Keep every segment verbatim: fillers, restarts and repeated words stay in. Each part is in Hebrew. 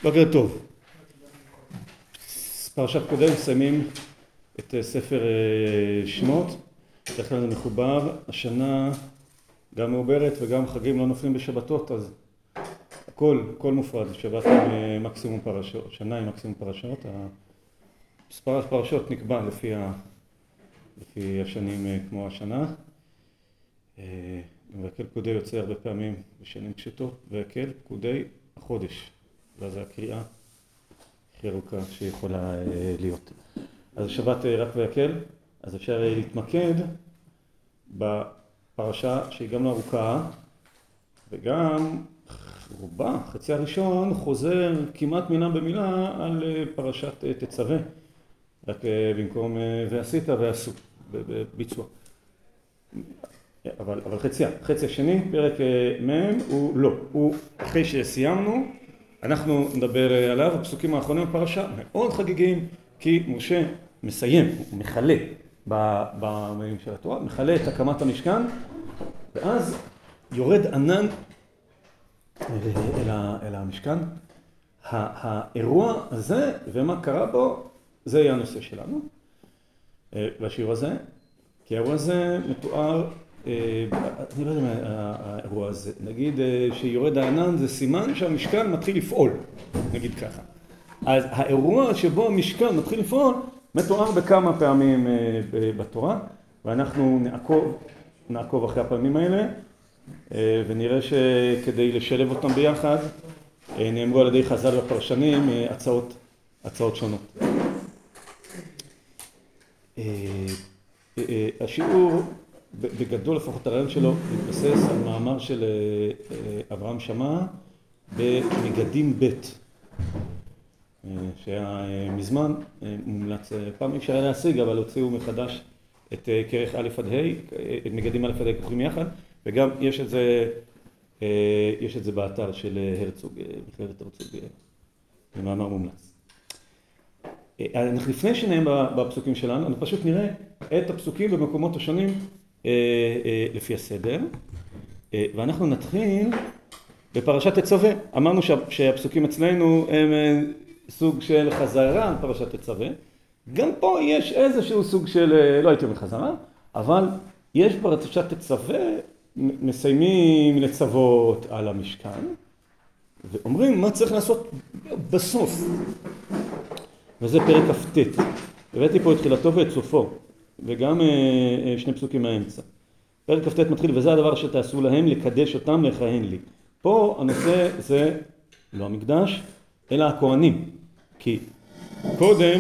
בוקר טוב. פרשת קודם מסיימים את ספר שמות. בדרך כלל זה מחובר. השנה גם מעוברת וגם חגים לא נופלים בשבתות, אז הכל, הכל מופרד. שבת עם מקסימום פרשות, שנה עם מקסימום פרשות. מספר הפרשות נקבע לפי, ה... לפי השנים כמו השנה. והקל פקודי יוצא הרבה פעמים בשנים קשתות, והקל פקודי החודש. ואז הקריאה הכי ארוכה שיכולה להיות. אז שבת רק ויקל, אז אפשר להתמקד בפרשה שהיא גם לא ארוכה, וגם רובה, חצי הראשון, חוזר כמעט מילה במילה על פרשת תצווה, רק במקום ועשית ועשו, בביצוע. אבל, אבל חציה, חצי השני, פרק מהם, הוא לא, הוא אחרי שסיימנו, אנחנו נדבר עליו, הפסוקים האחרונים בפרשה מאוד חגיגיים, כי משה מסיים, הוא מחלה במילים של התורה, מחלה את הקמת המשכן, ואז יורד ענן אל, אל המשכן. האירוע הזה ומה קרה בו, זה יהיה הנושא שלנו, והשיעור הזה, כי האירוע הזה מתואר, אני לא יודע מה האירוע הזה, נגיד שיורד הענן זה סימן שהמשכן מתחיל לפעול, נגיד ככה. אז האירוע שבו המשכן מתחיל לפעול מתואר בכמה פעמים בתורה, ואנחנו נעקוב, נעקוב אחרי הפעמים האלה, ונראה שכדי לשלב אותם ביחד, נאמרו על ידי חז"ל והפרשנים הצעות, הצעות שונות. השיעור בגדול, לפחות הרעיון שלו, מתבסס על מאמר של אברהם שמע במגדים ב' שהיה מזמן, מומלץ, פעם אפשר היה להשיג, אבל הוציאו מחדש את כרך א' עד ה', את מגדים א' עד ה' כותבים יחד, וגם יש את זה, יש את זה באתר של הרצוג, מכללת הרצוג, במאמר מומלץ. אנחנו לפני שנהם בפסוקים שלנו, אנחנו פשוט נראה את הפסוקים במקומות השונים לפי הסדר, ואנחנו נתחיל בפרשת תצווה. אמרנו שהפסוקים אצלנו הם סוג של חזרה על פרשת תצווה. גם פה יש איזשהו סוג של, לא הייתי אומר חזרה, אבל יש פרשת תצווה, מסיימים לצוות על המשכן, ואומרים מה צריך לעשות בסוף. וזה פרק כ"ט. הבאתי פה את תחילתו ואת סופו, וגם שני פסוקים מהאמצע. פרק כ"ט מתחיל, וזה הדבר שתעשו להם, לקדש אותם, לכהן לי. פה הנושא זה לא המקדש, אלא הכהנים. כי קודם,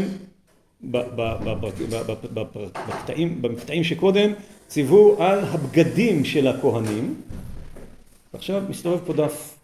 במקטעים שקודם, ציוו על הבגדים של הכהנים. עכשיו מסתובב פה דף.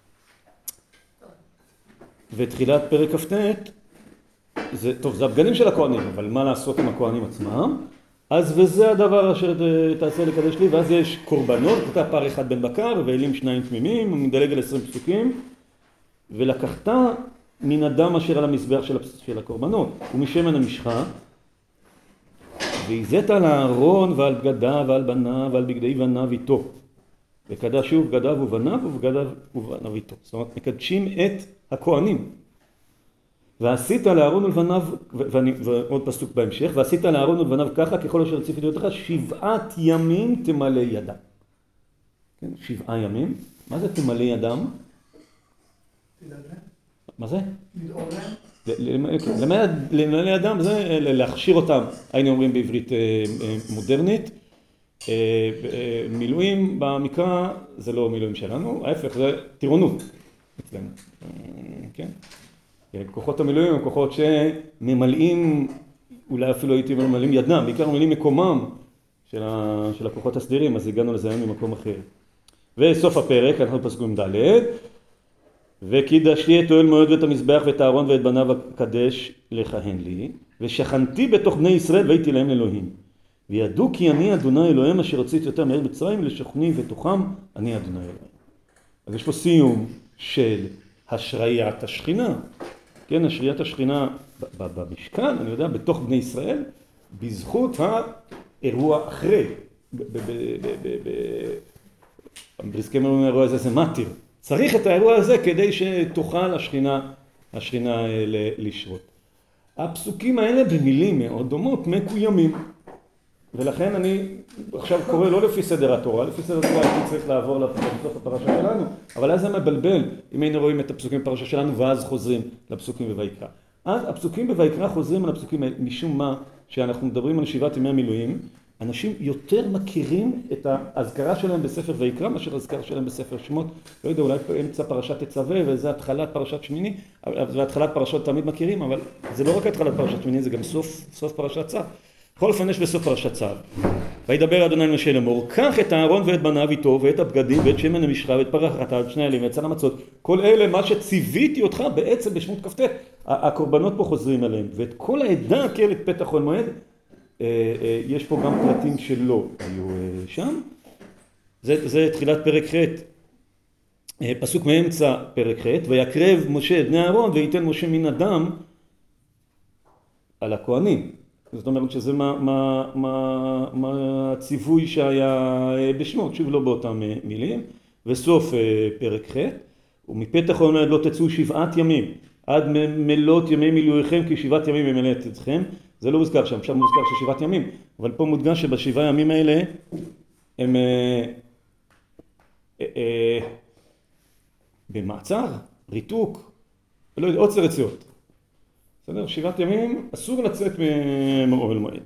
ותחילת פרק כ"ט, זה, טוב, זה הבגדים של הכהנים, אבל מה לעשות עם הכהנים עצמם? אז וזה הדבר אשר תעשה לקדש לי, ואז יש קורבנות, אתה פר אחד בן בקר, ואלים שניים תמימים, הוא מדלג על עשרים פסוקים, ולקחת מן הדם אשר על המזבח של, של הקורבנות, ומשמן המשחה, והזית על הארון ועל בגדיו ועל בניו ועל בגדי בניו איתו, וקדש שוב בגדיו ובניו ובגדיו ובניו איתו. זאת אומרת, מקדשים את הכהנים. ועשית לארון ולבניו, ועוד פסוק בהמשך, ועשית לארון ולבניו ככה, ככל אשר הציף ידיך, שבעת ימים תמלא ידם. כן, שבעה ימים. מה זה תמלא ידם? מה זה? למלא ידם זה להכשיר אותם, היינו אומרים בעברית מודרנית. מילואים במקרא זה לא מילואים שלנו, ההפך זה טירונות אצלנו. כן? כוחות המילואים הם כוחות שממלאים, אולי אפילו הייתי ממלאים ידם, בעיקר ממלאים מקומם של, ה, של הכוחות הסדירים, אז הגענו לזה היום ממקום אחר. וסוף הפרק, אנחנו פסוקים ד' וקידשתי את אוהל מועד ואת המזבח ואת הארון ואת בניו הקדש לכהן לי, ושכנתי בתוך בני ישראל והייתי להם אלוהים. וידעו כי אני אדוני אלוהים אשר הוצאתי אותם מארץ מצרים לשוכני בתוכם, אני אדוני אלוהים. אז יש פה סיום של השריית השכינה. כן, השריית השכינה במשכן, אני יודע, בתוך בני ישראל, בזכות האירוע אחרי. בריסקי אומרים האירוע הזה זה מתיר. צריך את האירוע הזה כדי שתוכל השכינה השכינה לשרות. הפסוקים האלה במילים מאוד דומות מקוימים. ולכן אני עכשיו קורא לא לפי סדר התורה, לפי סדר התורה הייתי צריך לעבור לסוף הפרשה שלנו, אבל אז זה מבלבל אם היינו רואים את הפסוקים בפרשה שלנו ואז חוזרים לפסוקים בויקרא. אז הפסוקים בויקרא חוזרים על הפסוקים משום מה שאנחנו מדברים על שבעת ימי המילואים, אנשים יותר מכירים את ההזכרה שלהם בספר ויקרא מאשר ההזכרה שלהם בספר שמות. לא יודע, אולי אמצע פרשת תצווה וזה התחלת פרשת שמיני, והתחלת פרשות תמיד מכירים, אבל זה לא רק התחלת פרשת שמיני, זה גם סוף, סוף פרשת צו. בכל אופן יש בסוף פרשת צו. וידבר אדוני אל משה לאמור, קח את אהרון ואת בניו איתו ואת הבגדים ואת שמן המשחה ואת פרח החטאת ואת שני האלים ואת צל המצות. כל אלה מה שציוויתי אותך בעצם בשמות כ"ט. הקורבנות פה חוזרים עליהם. ואת כל העדה כן את פתח אוהל מועד. יש פה גם פרטים שלא היו שם. זה, זה תחילת פרק ח'. פסוק מאמצע פרק ח'. ויקרב משה את בני אהרון וייתן משה מן הדם על הכהנים. זאת אומרת שזה מה, מה, מה, מה הציווי שהיה בשמות, שוב לא באותם מילים. וסוף פרק ח'. ומפתח אוהל מועד לא תצאו שבעת ימים, עד מלות ימי מילואיכם כי שבעת ימים ממלאת אתכם. זה לא מוזכר שם, שם מוזכר ששבעת ימים, אבל פה מודגש שבשבעה ימים האלה הם אה, אה, אה, במעצר, ריתוק, לא יודע, עוצר יציאות. בסדר? שבעת ימים אסור לצאת מאוהל מועד.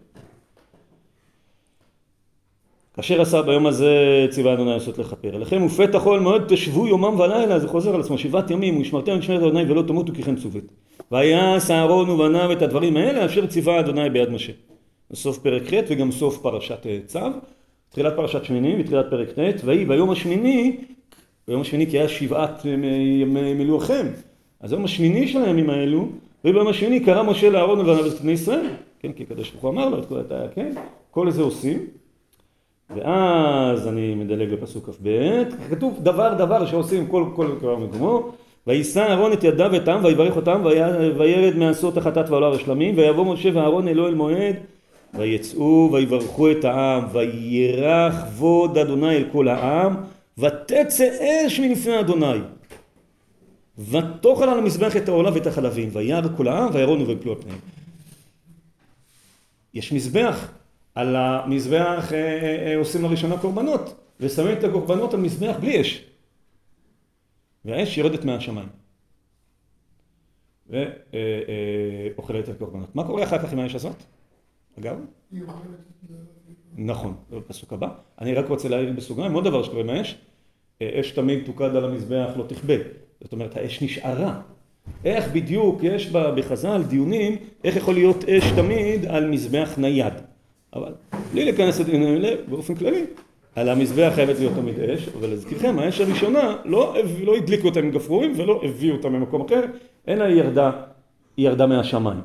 כאשר עשה ביום הזה ציווה אדוני לעשות לכפר עליכם ופתח אוהל מועד תשבו יומם ולילה. זה חוזר על עצמו, שבעת ימים ושמרתם את משמרת אדוני ולא תמותו כי כן צוות. ויעש אהרון ובניו את הדברים האלה אשר ציווה אדוני ביד משה. סוף פרק ח' וגם סוף פרשת צו, תחילת פרשת שמיני ותחילת פרק ט'. ויהי ביום השמיני, ביום השמיני כי היה שבעת מילואיכם, אז היום השמיני של הימים האלו, וביום השמיני קרא משה לאהרון ובניו את בני ישראל, כן, כי הקדוש ברוך הוא אמר לו את כל התאה, כן, כל זה עושים. ואז אני מדלג לפסוק כ"ב, כתוב דבר דבר שעושים כל כל כל מקומו. ויישא אהרון את ידיו ואת העם ויברך אותם וירד מעשות החטאת ועולה רשלמים ויבוא משה ואהרון אל אוהל מועד ויצאו ויברכו את העם וירח כבוד אדוני אל כל העם ותצא אש מלפני אדוני ותאכל על המזבח את העולה ואת החלבים וירא כל העם וירונו ויפלו על פניהם. יש מזבח, על המזבח עושים לראשונה קורבנות ושמים את הקורבנות על מזבח בלי אש והאש יורדת מהשמיים ואוכלת את הקורבנות. מה קורה אחר כך עם האש הזאת? אגב? נכון, זה בפסוק הבא. אני רק רוצה להעיר בסוגריים, עוד דבר שקורה עם האש, אש תמיד תוקד על המזבח לא תכבה. זאת אומרת, האש נשארה. איך בדיוק יש בחז"ל דיונים, איך יכול להיות אש תמיד על מזבח נייד. אבל בלי להיכנס לדיונים האלה, באופן כללי, על המזבח חייבת להיות תמיד אש, אבל להזכירכם, האש הראשונה לא, לא הדליקו אותם עם גפרורים ולא הביאו אותם ממקום אחר, אלא היא ירדה, היא ירדה מהשמיים.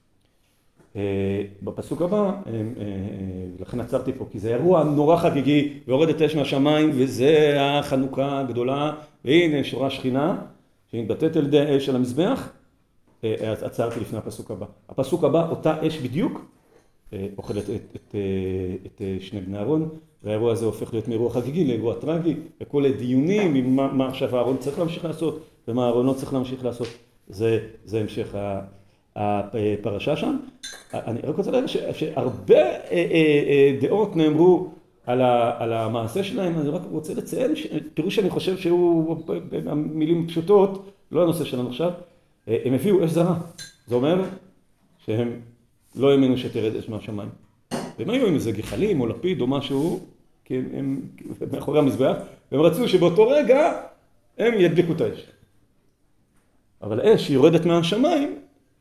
בפסוק הבא, לכן עצרתי פה, כי זה אירוע נורא חגיגי, ויורדת אש מהשמיים, וזה החנוכה הגדולה, והנה שורה שכינה, שמתבטאת על ידי האש על המזבח, עצרתי לפני הפסוק הבא. הפסוק הבא, אותה אש בדיוק, אוכלת את, את, את שני בני אהרון, והאירוע הזה הופך להיות מאירוע חגיגי לאירוע טרגי, וכל הדיונים עם מה, מה עכשיו אהרון צריך להמשיך לעשות, ומה אהרון לא צריך להמשיך לעשות, זה, זה המשך הפרשה שם. אני רק רוצה להגיד שהרבה דעות נאמרו על, ה, על המעשה שלהם, אני רק רוצה לציין, תראו שאני חושב שהוא, במילים פשוטות, לא הנושא שלנו עכשיו, הם הביאו אש זרה. זה אומר שהם לא האמינו שתרד אש מהשמיים. והם היו עם איזה גחלים או לפיד או משהו, כי הם מאחורי המזבח, והם רצו שבאותו רגע הם ידליקו את האש. אבל האש יורדת מהשמיים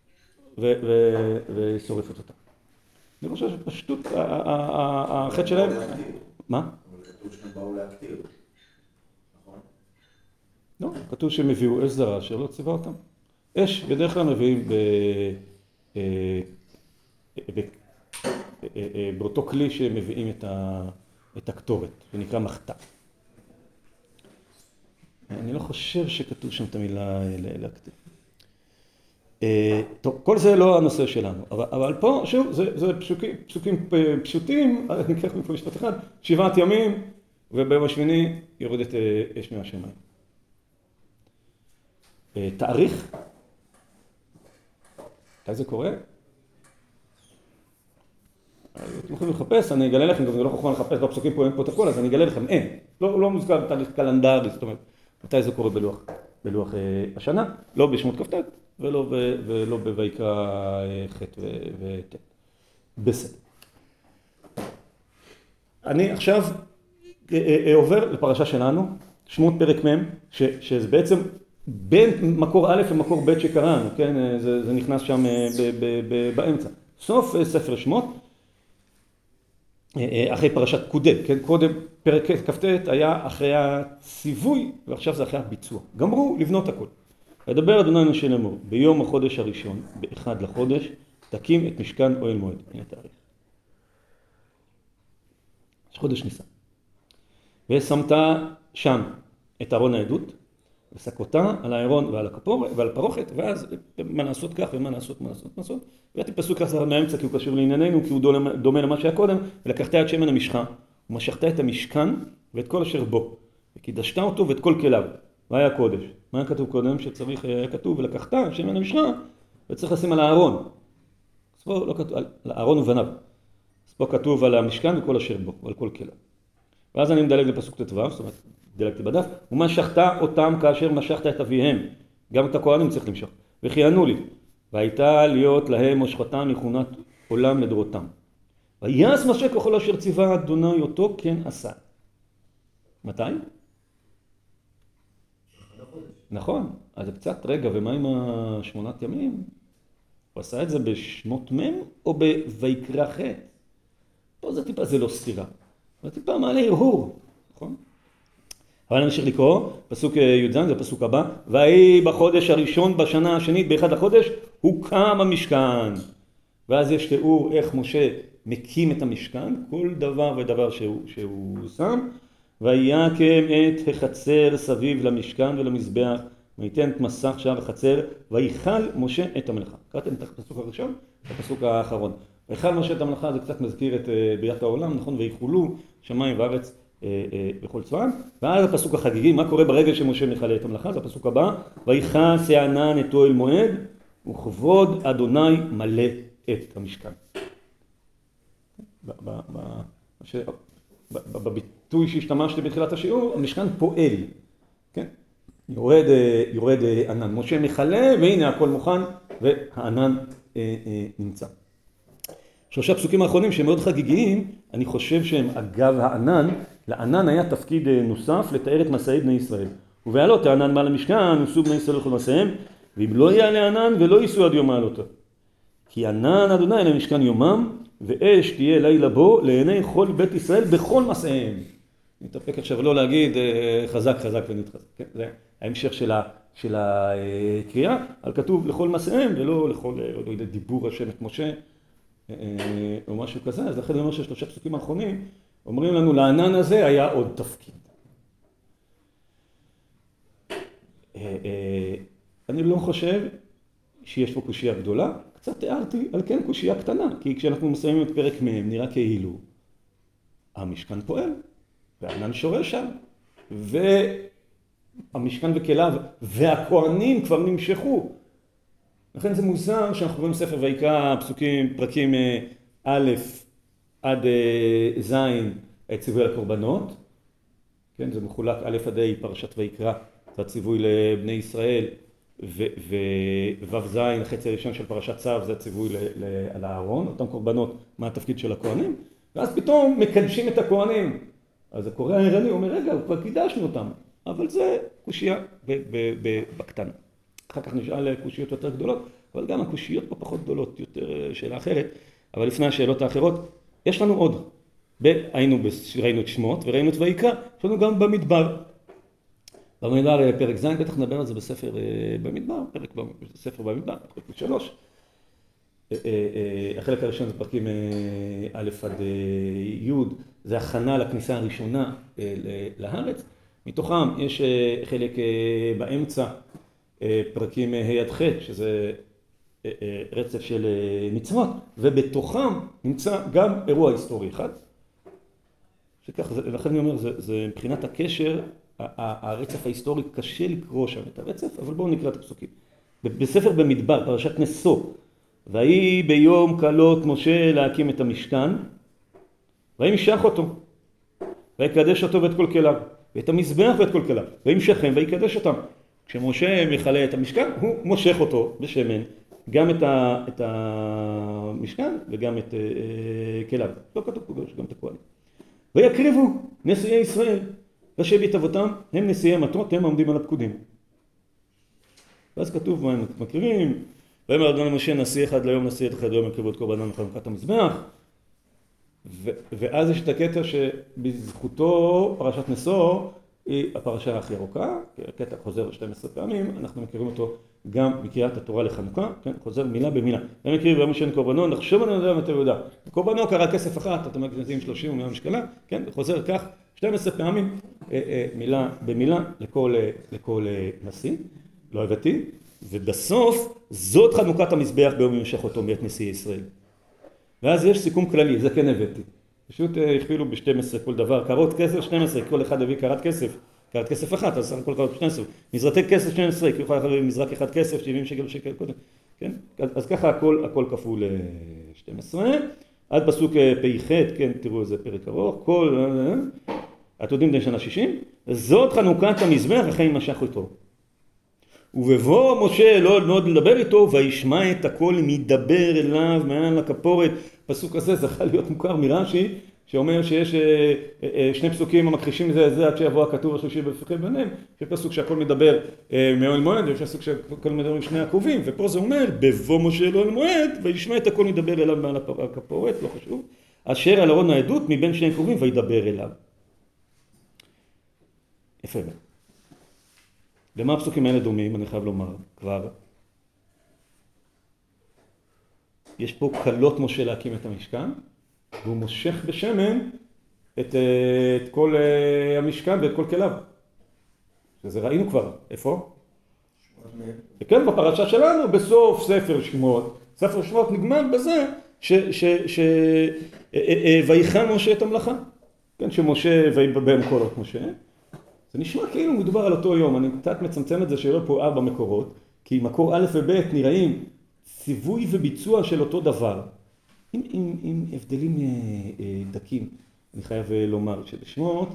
ושורפת אותה. אני חושב שפשטות החטא שלהם... מה? אבל כתוב שהם באו להקטיר, נכון? לא, כתוב שהם הביאו אש זרה שלא ציווה אותם. אש בדרך כלל מביאים ב... באותו כלי שהם מביאים את הקטורת, זה נקרא מחתה. אני לא חושב שכתוב שם את המילה להקטיר. טוב, כל זה לא הנושא שלנו, אבל, אבל פה, שוב, זה, זה פסוקים, פסוקים פשוטים, אני אקח מפה משפט אחד, שבעת ימים, וביום השמיני יורדת אש מהשמיים. תאריך, מתי זה קורה? אתם יכולים לחפש, אני אגלה לכם, זה לא חוכמה לחפש בפסוקים פה, אין פה את הכל, אז אני אגלה לכם, אין. לא, לא מוזכר בתהליך קלנדרי, זאת אומרת, מתי זה קורה בלוח, בלוח אה, השנה, לא בשמות כ"ט ולא, ו, ולא בויקרא אה, ח' וט'. בסדר. אני עכשיו אה, אה, עובר לפרשה שלנו, שמות פרק מ', ש, שזה בעצם בין מקור א' למקור ב' שקראנו, כן? זה, זה נכנס שם אה, ב, ב, ב, באמצע. סוף אה, ספר שמות, אחרי פרשת קודם, כן? קודם פרק כ"ט היה אחרי הציווי ועכשיו זה אחרי הביצוע. גמרו לבנות הכל. וידבר אדוני אל משה לאמור, ביום החודש הראשון, באחד לחודש, תקים את משכן אוהל מועד. הנה תאריך. חודש ניסן. ושמת שם את ארון העדות, וסקותה על הארון ועל הכפור ועל הפרוכת, ואז מה לעשות כך ומה לעשות, מה לעשות, מה לעשות. ואתי פסוק ככה מהאמצע כי הוא קשור לענייננו, כי הוא דומה למה שהיה קודם, ולקחת את שמן המשחה, ומשכת את המשכן ואת כל אשר בו, וקידשת אותו ואת כל כליו, והיה קודש. מה היה כתוב קודם? שצריך, היה כתוב, ולקחת שמן המשחה, וצריך לשים על הארון. אז פה לא כתוב, על הארון ובניו. אז פה כתוב על המשכן וכל אשר בו, ועל כל כליו. ואז אני מדלג לפסוק ט"ו, זאת אומרת, דלגתי בדף, ומשכת אותם כאשר משכת את אביהם, גם את הכהנים צריך למשוך, וכי ענו לי, והייתה להיות להם מושכתם מכונת עולם לדורותם. ויעש משה ככל אשר ציווה אדוני אותו, כן עשה. מתי? נכון, אז זה קצת רגע, ומה עם השמונת ימים? הוא עשה את זה בשמות מ' או בויקרא ח'? פה זה טיפה, זה לא סתירה. זה טיפה מעלה הרהור, נכון? אבל נמשיך לקרוא, פסוק י"ז, זה הפסוק הבא, ויהי בחודש הראשון בשנה השנית, באחד החודש, הוקם המשכן. ואז יש תיאור איך משה מקים את המשכן, כל דבר ודבר שהוא, שהוא שם, ויקם את החצר סביב למשכן ולמזבח, ויתן את מסך שער החצר, ויכל משה את המלאכה. קראתם את הפסוק הראשון? את הפסוק האחרון. ויכל משה את המלאכה, זה קצת מזכיר את בריאת העולם, נכון? ויחולו שמיים וארץ בכל צבאם. ואז הפסוק החגיגי, מה קורה ברגע שמשה מכלה את המלאכה? זה הפסוק הבא, ויכס הענן את אוהל מועד, וכבוד אדוני מלא את המשכן. בביטוי שהשתמשתי בתחילת השיעור, המשכן פועל, כן? יורד, יורד ענן. משה מכלה, והנה הכל מוכן, והענן נמצא. שלושה פסוקים האחרונים שהם מאוד חגיגיים, אני חושב שהם אגב הענן, לענן היה תפקיד נוסף לתאר את מסעי בני ישראל. ובעלות הענן מעל המשכן, וסעו בני ישראל לכל מסעיהם, ואם לא יעלה ענן ולא ייסעו עד יום מעלותו. כי ענן אדוני אל המשכן יומם, ואש תהיה לילה בו לעיני כל בית ישראל בכל מסעיהם. נתאפק עכשיו לא להגיד חזק חזק ונתחזק. כן? זה ההמשך של, ה, של הקריאה, אבל כתוב לכל מסעיהם ולא לכל לא יודע, דיבור השם את משה. או משהו כזה, אז לכן אני אומר ששלושה פסוקים האחרונים אומרים לנו לענן הזה היה עוד תפקיד. אני לא חושב שיש פה קושייה גדולה, קצת תיארתי על כן קושייה קטנה, כי כשאנחנו מסיימים את פרק מהם נראה כאילו המשכן פועל והענן שורש שם והמשכן וכליו והכהנים כבר נמשכו. לכן זה מוזר שאנחנו רואים ספר ויקרא, פסוקים, פרקים א' עד ז', הציווי על הקורבנות. כן, זה מחולק א' עד ה', פרשת ויקרא, זה הציווי לבני ישראל, וו' ז', החצי הראשון של פרשת צו, זה הציווי על הארון, אותם קורבנות, מה התפקיד של הכהנים. ואז פתאום מקדשים את הכהנים. אז הקורא הערני אומר, רגע, כבר קידשנו אותם, אבל זה קושייה בקטנה. אחר כך נשאל קושיות יותר גדולות, אבל גם הקושיות פה פחות גדולות, יותר שאלה אחרת. אבל לפני השאלות האחרות, יש לנו עוד. היינו, ראינו את שמות וראינו את ויקרא, יש לנו גם במדבר. במדבר פרק ז', בטח נדבר על זה בספר במדבר, פרק בספר במדבר, פרק שלוש. החלק הראשון זה פרקים א' עד י', זה הכנה לכניסה הראשונה לארץ. מתוכם יש חלק באמצע, פרקים ה' עד ח', שזה רצף של מצוות, ובתוכם נמצא גם אירוע היסטורי אחד. שכך, לכן אני אומר, זה, זה מבחינת הקשר, הרצף ההיסטורי קשה לקרוא שם את הרצף, אבל בואו נקרא את הפסוקים. בספר במדבר, פרשת נשוא, ויהי ביום כלות משה להקים את המשכן, וימשח אותו, ויקדש אותו ואת כל כליו, ואת המזבח ואת כל כליו, וימשכם ויקדש אותם. כשמשה מכלה את המשכן, הוא מושך אותו בשמן, גם את, ה, את המשכן וגם את uh, כליו. לא כתוב פה גם את הכהנים. ויקריבו נשיאי ישראל, ראשי בית אבותם, הם נשיאי מטרות, הם עומדים על הפקודים. ואז כתוב מה הם מקריבים, ויאמר אדוני למשה נשיא אחד ליום, נשיא אחד ליום יקריבו את קורבנם לחנוכת המזבח. ו- ואז יש את הקטע שבזכותו פרשת נשוא היא הפרשה הכי ארוכה, הקטע חוזר שתים עשרה פעמים, אנחנו מכירים אותו גם בקריאת התורה לחנוכה, כן? חוזר מילה במילה. הם מקריב ביום השני קורבנו, נחשוב על נדב את היהודה. קורבנו קרא כסף אחת, אתם מגנזים שלושים ומאה משקלה, כן? חוזר כך שתים עשרה פעמים, אה, אה, מילה במילה לכל, אה, לכל אה, נשיא, לא הבאתי, ובסוף זאת חנוכת המזבח ביום ימשך אותו מאת נשיאי ישראל. ואז יש סיכום כללי, זה כן הבאתי. פשוט הכפילו ב-שתים עשרה כל דבר, קרות כסף שתים עשרה, כל אחד הביא קרת כסף, קרת כסף אחת, אז סך הכל קרות שתים עשרה. מזרתי כסף שתים עשרה, כל אחד הביא מזרק אחד כסף, שבעים שקל שקל קודם, כן? אז ככה הכל, הכל כפול שתים עשרה, עד פסוק פ"ח, כן, תראו איזה פרק ארוך, כל, אתם יודעים די שנה שישים, זאת חנוכת המזבח, אחרי ימשך אותו. ובבוא משה לא עוד לדבר איתו, וישמע את הכל מדבר אליו מעל הכפורת. פסוק הזה זכה להיות מוכר מרש"י, שאומר שיש שני פסוקים המכחישים זה זה עד שיבוא הכתוב השלישי בפרק ביניהם, יש פסוק שהכל מדבר מאוהל מועד, ויש פסוק שהכל מדבר עם שני עקובים, ופה זה אומר, בבוא משה לאוהל מועד, וישמע את הכל מדבר אליו מעל הכפורת, לא חשוב, אשר על ארון העדות מבין שני עקובים וידבר אליו. יפה. למה הפסוקים האלה דומים, אני חייב לומר, כבר? יש פה קלות משה להקים את המשכן, והוא מושך בשמן את, את כל המשכן ואת כל כליו. שזה ראינו כבר, איפה? וכן, בפרשה שלנו, בסוף ספר שמות, ספר שמות נגמר בזה, ש, ש, ש, ויחן משה את המלאכה. כן, שמשה ויבם קולות משה. זה נשמע כאילו מדובר על אותו יום, אני קצת מצמצם את זה שיהיה פה ארבע מקורות, כי מקור א' וב' נראים ציווי וביצוע של אותו דבר, עם, עם, עם הבדלים דקים. אני חייב לומר שבשמות,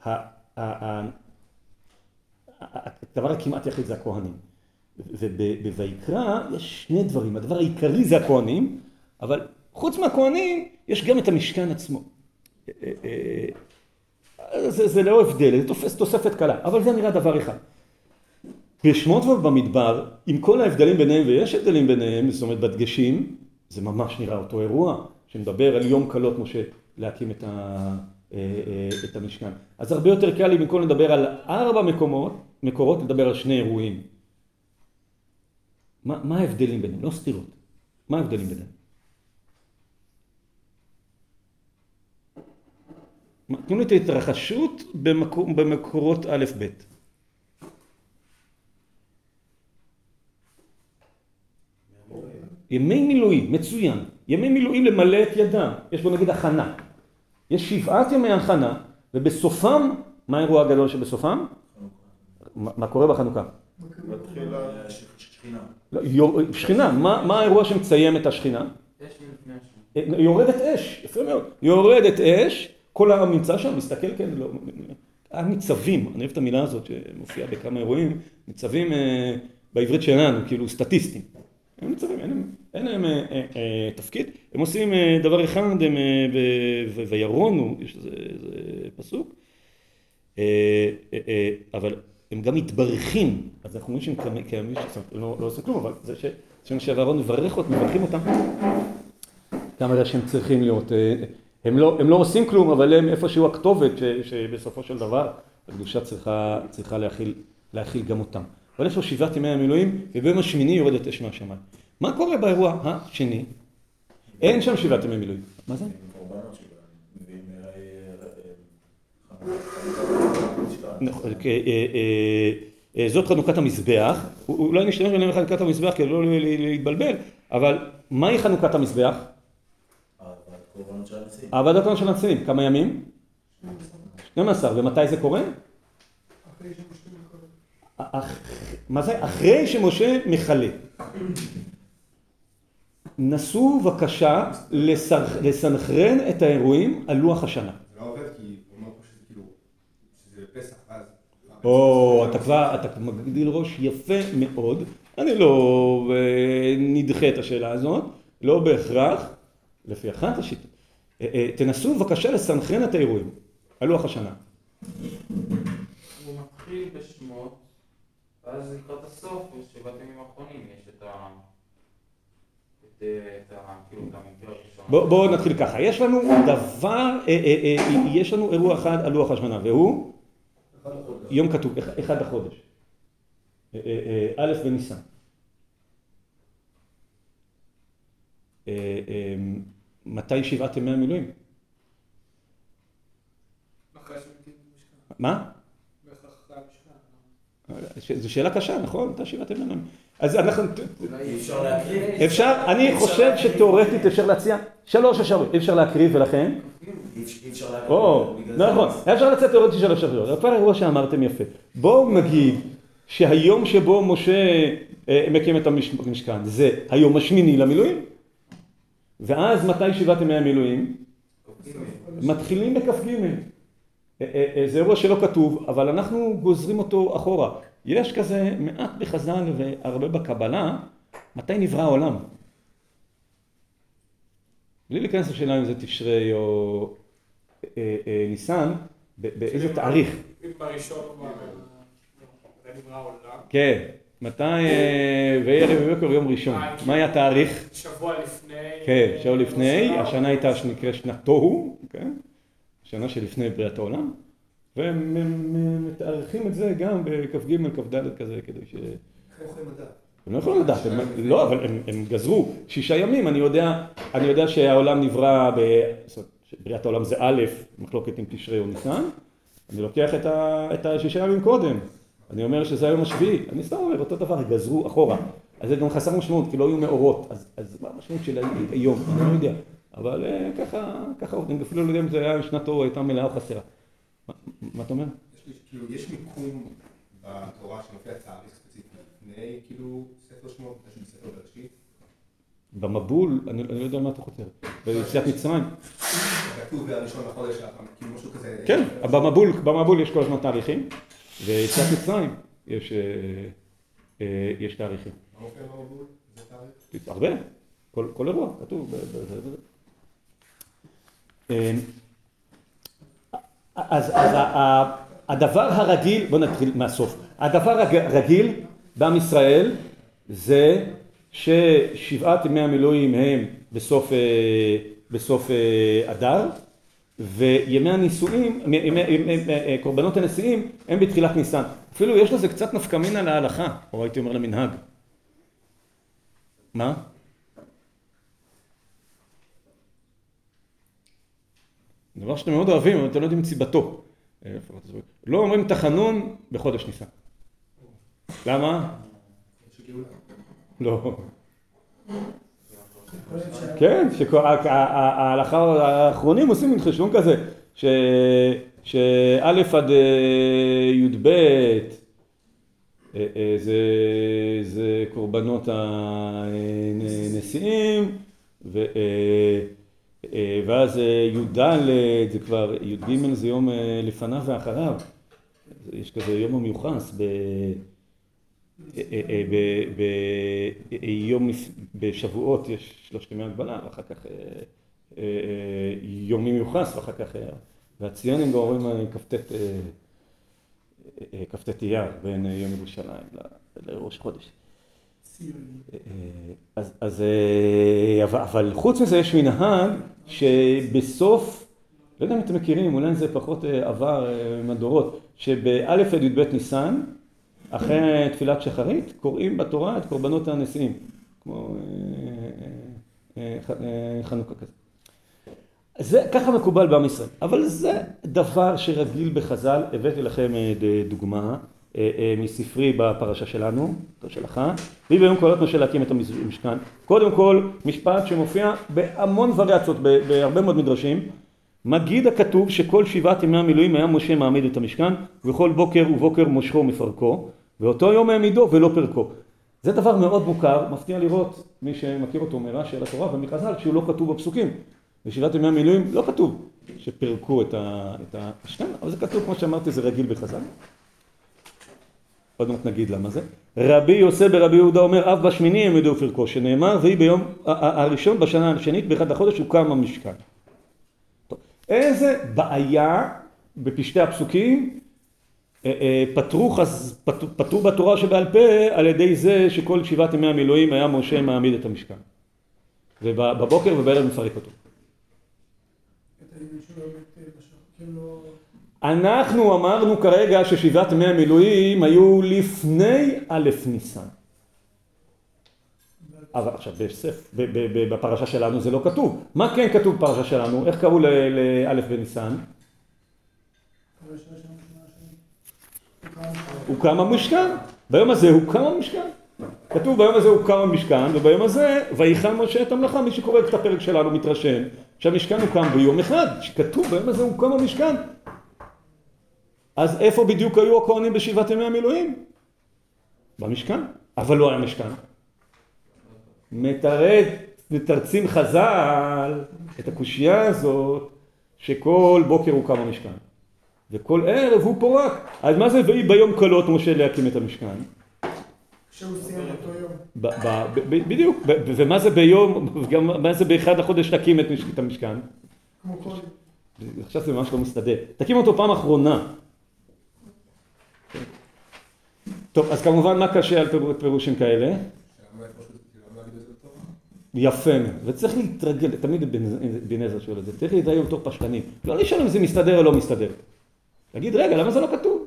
הדבר הכמעט יחיד זה הכהנים, ובויקרא יש שני דברים, הדבר העיקרי זה הכהנים, אבל חוץ מהכהנים יש גם את המשכן עצמו. זה, זה לא הבדל, זה תופס תוספת קלה, אבל זה נראה דבר אחד. בשמות ובמדבר, עם כל ההבדלים ביניהם, ויש הבדלים ביניהם, זאת אומרת בדגשים, זה ממש נראה אותו אירוע, שמדבר על יום קלות משה להקים את, ה, את המשכן. אז הרבה יותר קל לי במקום לדבר על ארבע מקומות, מקורות, לדבר על שני אירועים. מה, מה ההבדלים ביניהם? לא סתירות. מה ההבדלים ביניהם? תנו לי את ההתרחשות במקור, במקורות א' ב'. ימי מילואים, מצוין. ימי מילואים למלא את ידם. יש בו נגיד הכנה. יש שבעת ימי הכנה, ובסופם, מה האירוע הגדול שבסופם? מה, מה קורה בחנוכה? מתחילה שכינה. לא, שכינה. מה, מה האירוע שמציין את השכינה? אש מלפני השם. יורדת אש, יפה מאוד. יורדת אש. כל העם נמצא שם, מסתכל, כן, לא, הניצבים, אני אוהב את המילה הזאת שמופיעה בכמה אירועים, ניצבים אה, בעברית שלנו, כאילו סטטיסטים. הם ניצבים, אין, אין להם אה, אה, אה, תפקיד, הם עושים אה, דבר אחד, הם אה, ו, וירונו, יש איזה, איזה פסוק, אה, אה, אה, אבל הם גם מתברכים, אז אנחנו אומרים שהם קיימים, לא, לא עושים כלום, אבל זה ששם מברך אותם, מברכים אותם, כמה שהם צריכים להיות, אה, הם לא, הם לא עושים כלום, אבל הם איפשהו הכתובת ש, שבסופו של דבר הקדושה צריכה, צריכה להכיל, להכיל גם אותם. אבל יש לו שבעת ימי המילואים, וביום השמיני יורדת אש מהשמיים. מה קורה באירוע השני? אין שם שבעת ימי מילואים. מה זה? זאת חנוכת המזבח. אולי נשתמש בנאמר חנוכת המזבח כדי לא להתבלבל, אבל מהי חנוכת המזבח? העבדת של הנשיאים, כמה ימים? שנים עשר, ומתי זה קורה? מה זה? אחרי שמשה מחלה. נסו בבקשה לסנכ- לסנכרן את האירועים על לוח השנה. זה לא עובד כי הוא אומר פה שזה כאילו, שזה פסח אז. או, אתה כבר, אתה מגדיל ראש יפה מאוד. אני לא אה, נדחה את השאלה הזאת, לא בהכרח, לפי אחת השיטות. אה, אה, תנסו בבקשה לסנכרן את האירועים על לוח השנה. הוא מתחיל בשמות, ואז לקראת הסוף, בשבעת הימים האחרונים, יש את ה... את ה... כאילו, את המקרה הראשון. בואו בוא נתחיל ככה. יש לנו דבר, אה, אה, אה, יש לנו אירוע אחד על לוח השנה, והוא אחד לחודש. יום כתוב, אח- אחד לחודש. אה, אה, אה, א' בניסן. אה, אה, מתי שבעת ימי המילואים? אחרי שמתים במשכן. מה? בהכרח אחרי המשכן. זו שאלה קשה, נכון? מתי שבעת ימי המילואים. אז אנחנו, אי אפשר להקריב. אפשר, אני חושב שתיאורטית אפשר להציע שלוש אפשרויות, אי אפשר להקריב ולכן, אי אפשר להקריב. או, בגלל זה- נכון, אפשר לצאת תיאורטית שלוש אפשרויות, זה כבר אירוע שאמרתם יפה. בואו נגיד שהיום שבו משה אה, מקים את המשכן זה היום השמיני למילואים, ואז מתי שבעת ימי המילואים? מתחילים בכ"ג. אה, אה, אה, זה אירוע שלא כתוב, אבל אנחנו גוזרים אותו אחורה. יש כזה מעט בחז"ל והרבה בקבלה, מתי נברא העולם? בלי להיכנס לשאלה אם זה תשרי או אה, אה, ניסן, ב- באיזה תאריך? אם בראשון הוא זה נברא העולם. כן, מתי אה, ויהי ערב בבוקר יום ראשון. מה היה התאריך? שבוע לפני. כן, שבוע לפני, השנה הייתה שנקרא שנת תוהו, כן? שנה שלפני בריאת העולם, והם הם מתארחים את זה גם בכ"ג, כ"ד כזה, כדי ש... איך הם יכולים לדעת? הם לא יכולים לדעת, הם, לא, אבל הם, הם גזרו שישה ימים, אני יודע, אני יודע שהעולם נברא, ב, זאת אומרת, בריאת העולם זה א', מחלוקת עם תשרי או ניסן, אני לוקח את, ה, את השישה ימים קודם, אני אומר שזה היום השביעי, אני סתם אומר, אותו דבר, גזרו אחורה, אז זה גם חסר משמעות, כי לא היו מאורות, אז, אז מה המשמעות של היום, אני לא יודע, אבל uh, ככה, ככה עובדים, אפילו לא יודע אם זה היה שנת אור, הייתה מלאה או חסרה. מה, מה אתה אומר? יש לי, כאילו, יש מיקום בתורה שמופיע תאריך ספציפי לפני, כאילו, ספר שמות, משהו בספר בראשית. במבול, אני, אני לא יודע מה אתה חותר, ביציאת מצרים. כתוב בהראשון לחודש, כאילו משהו כזה. כן, במבול, במבול יש כל הזמן תאריכים, ויציאת מצרים יש, אה, אה, יש תאריכים. מה מופיע במבול? זה תאריך? הרבה, כל, כל אירוע, כתוב. ב- ב- ב- ב- אה, אז, אז ה- ה- הדבר הרגיל, בוא נתחיל מהסוף, הדבר הרגיל בעם ישראל זה ששבעת ימי המילואים הם בסוף, אה, בסוף אה, אדר, וימי הנישואים, ימי, ימי, ימי, קורבנות הנשיאים הם בתחילת ניסן. אפילו יש לזה קצת נפקא מינה להלכה, או הייתי אומר למנהג. מה? דבר שאתם מאוד אוהבים, אבל אתם לא יודעים את סיבתו. לא אומרים תחנון בחודש ניסן. למה? לא. כן, שההלכה האחרונים עושים מין חשבון כזה, שא' עד י"ב זה קורבנות הנשיאים, ואז י"ד זה כבר, י"ג זה יום לפניו ואחריו, יש כזה יום המיוחס ב... ביום, בשבועות יש שלושת ימי הגבלה, ואחר כך יומי מיוחס, ואחר כך, והציונים גם אומרים כ"ט אייר בין יום ירושלים לראש חודש. אז, אז, אבל חוץ מזה יש מנהג שבסוף, לא יודע אם אתם מכירים, אולי זה פחות עבר מהדורות, שבאלף עד י"ב ניסן, אחרי תפילת שחרית, קוראים בתורה את קורבנות הנשיאים, כמו חנוכה כזה. זה ככה מקובל בעם ישראל, אבל זה דבר שרגיל בחז"ל, הבאתי לכם דוגמה מספרי בפרשה שלנו, שלך, והיא ביום קולות משה להקים את המשכן. קודם כל, משפט שמופיע בהמון וריאציות, בהרבה מאוד מדרשים, מגיד הכתוב שכל שבעת ימי המילואים היה משה מעמיד את המשכן, ובכל בוקר ובוקר מושכו מפרקו, ואותו יום העמידו ולא פרקו. זה דבר מאוד מוכר, מפתיע לראות מי שמכיר אותו מרש"י על התורה ומחז"ל, שהוא לא כתוב בפסוקים. בשבעת ימי המילואים לא כתוב שפירקו את המשכן, אבל זה כתוב, כמו שאמרתי, זה רגיל בחז"ל. עוד מעט נגיד למה זה. רבי יוסף ברבי יהודה אומר, אב בשמיני הם ידעו פרקו, שנאמר, והיא ביום הראשון בשנה השנית באחד החודש הוקם המשכן. טוב, איזה בעיה בפשטי הפסוקים פתרו, פתרו, פתרו בתורה שבעל פה על ידי זה שכל שבעת ימי המילואים היה משה מעמיד את המשכן. ובבוקר ובערב מפרק אותו. אנחנו אמרנו כרגע ששבעת ימי המילואים היו לפני א' ניסן. אבל עכשיו בסף, בפרשה שלנו זה לא כתוב. מה כן כתוב בפרשה שלנו? איך קראו לאלף בניסן? הוקם המשכן. ביום הזה הוקם המשכן. כתוב ביום הזה הוקם המשכן, וביום הזה ויחן משה את המלאכה. מי שקורא את הפרק שלנו מתרשם שהמשכן הוקם ביום אחד, שכתוב ביום הזה הוקם המשכן. אז איפה בדיוק היו הכהנים בשבעת ימי המילואים? במשכן, אבל לא היה משכן. מתרד, מתרצים חז"ל את הקושייה הזאת שכל בוקר הוקם המשכן וכל ערב הוא פורק. אז מה זה ויהי ביום קלות משה להקים את המשכן? כשהוא סיים אותו יום. בדיוק, ומה זה ביום, וגם מה זה באחד החודש להקים את המשכן? כמו כל... עכשיו זה ממש לא מסתדר. תקים אותו פעם אחרונה. טוב, אז כמובן מה קשה על פירושים כאלה? יפה, וצריך להתרגל, תמיד בן עזרא שואל את זה, צריך להתרגל בתור פשטנים. לא לשאול אם זה מסתדר או לא מסתדר. להגיד, רגע, למה זה לא כתוב?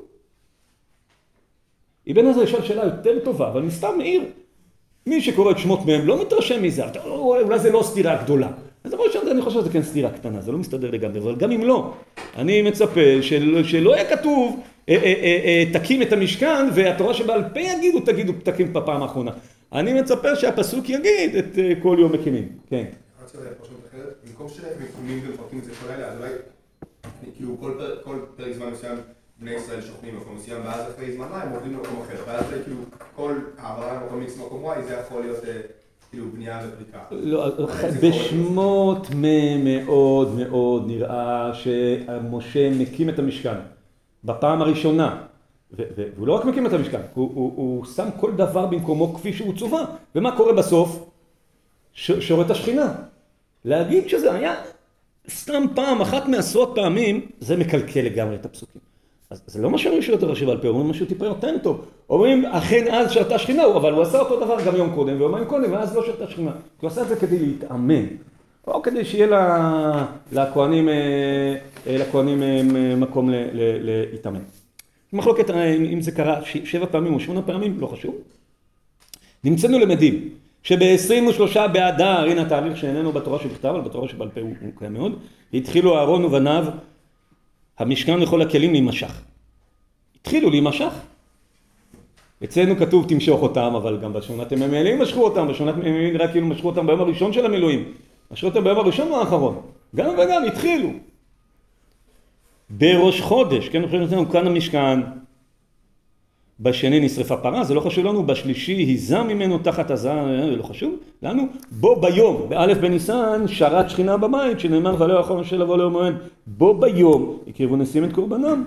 אבן עזרא ישאל שאלה יותר טובה, אבל מסתם מעיר. מי שקורא את שמות מהם לא מתרשם מזה, אולי זה לא סתירה גדולה. אז דבר ראשון, אני חושב שזה כן סתירה קטנה, זה לא מסתדר לגמרי, אבל גם אם לא, אני מצפה של, שלא יהיה כתוב, אה, אה, אה, תקים את המשכן, והתורה שבעל פה יגידו, תגידו, תקים בפעם האחרונה. אני מצפה שהפסוק יגיד את אה, כל יום מקימים. כן. במקום שמקומים ומפרקים את זה כל אלה, אז אולי, כאילו כל פרק זמן מסוים בני ישראל שוכנים במקום מסוים, ואז אחרי זמן מה הם עובדים במקום אחר, ואז כאילו כל העברה במקום X במקום Y, זה יכול להיות כאילו בנייה ופריקה. לא, בשמות מאוד מאוד נראה שמשה מקים את המשכן בפעם הראשונה, והוא לא רק מקים את המשכן, הוא שם כל דבר במקומו כפי שהוא צובע. ומה קורה בסוף? שורת השכינה. להגיד שזה היה סתם פעם, אחת מעשרות פעמים, זה מקלקל לגמרי את הפסוקים. אז זה לא מה שאומרים שיותר רש"י בעל פה, אומרים משהו טיפה יותר טוב. אומרים, אכן אז שרתה שכינה, אבל הוא עשה אותו דבר גם יום קודם ויומיים קודם, ואז לא שרתה שכינה. הוא עשה את זה כדי להתאמן, או כדי שיהיה לכהנים, לכהנים מקום להתאמן. מחלוקת אם זה קרה שבע פעמים או שמונה פעמים, לא חשוב. נמצאנו למדים שב-עשרים ושלושה באדר, הנה התאריך שאיננו בתורה שבכתב, אבל בתורה שבעל פה הוא קיים מאוד, התחילו אהרון ובניו המשכן לכל הכלים להימשך. התחילו להימשך. אצלנו כתוב תמשוך אותם, אבל גם בשמונת ימי המילואים משכו אותם, בשמונת ימי המילואים נראה כאילו משכו אותם ביום הראשון של המילואים. משכו אותם ביום הראשון או האחרון. גם וגם התחילו. בראש חודש, כן, חושבים אצלנו כאן המשכן. בשני נשרפה פרה, זה לא חשוב לנו, בשלישי היזה ממנו תחת הזעם, זה לא חשוב לנו. בו ביום, באלף בניסן, שרת שכינה בבית, שנאמר ולא יכול משה לבוא ליום מועד. בו ביום, הקריבו נשיאים את קורבנם.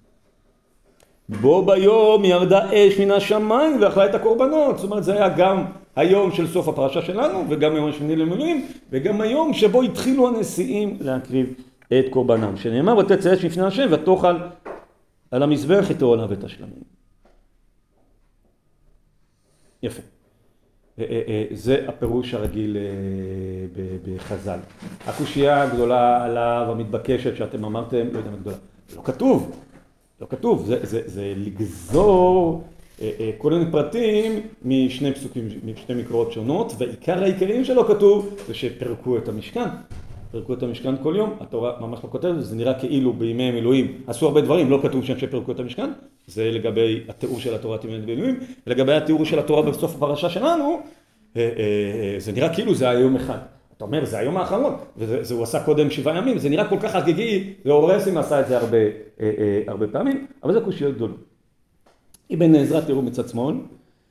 בו ביום ירדה אש מן השמיים ואכלה את הקורבנות. זאת אומרת, זה היה גם היום של סוף הפרשה שלנו, וגם היום השמיני למילואים, וגם היום שבו התחילו הנשיאים להקריב את קורבנם. שנאמר, ותצא אש לפני השם ותאכל על המזבח את העולה ואת השלמים. יפה. זה הפירוש הרגיל בחז"ל. הקושייה הגדולה עליו, המתבקשת שאתם אמרתם, לא יודע מה גדולה. לא כתוב. לא כתוב. זה, זה, זה לגזור כל מיני פרטים משני פסוקים, משני מקראות שונות, ועיקר העיקריים שלא כתוב זה שפרקו את המשכן. פרקו את המשכן כל יום, התורה ממש לא כותבת, זה נראה כאילו בימי המילואים עשו הרבה דברים, לא כתוב שם שפרקו את המשכן, זה לגבי התיאור של התורת ימי המילואים, ולגבי התיאור של התורה בסוף הפרשה שלנו, זה נראה כאילו זה היום אחד. אתה אומר, זה היום האחרון, וזה הוא עשה קודם שבעה ימים, זה נראה כל כך חגיגי, ואורסים עשה את זה הרבה, הרבה פעמים, אבל זה קושיות גדולות. אבן עזרא תראו מצד שמאל,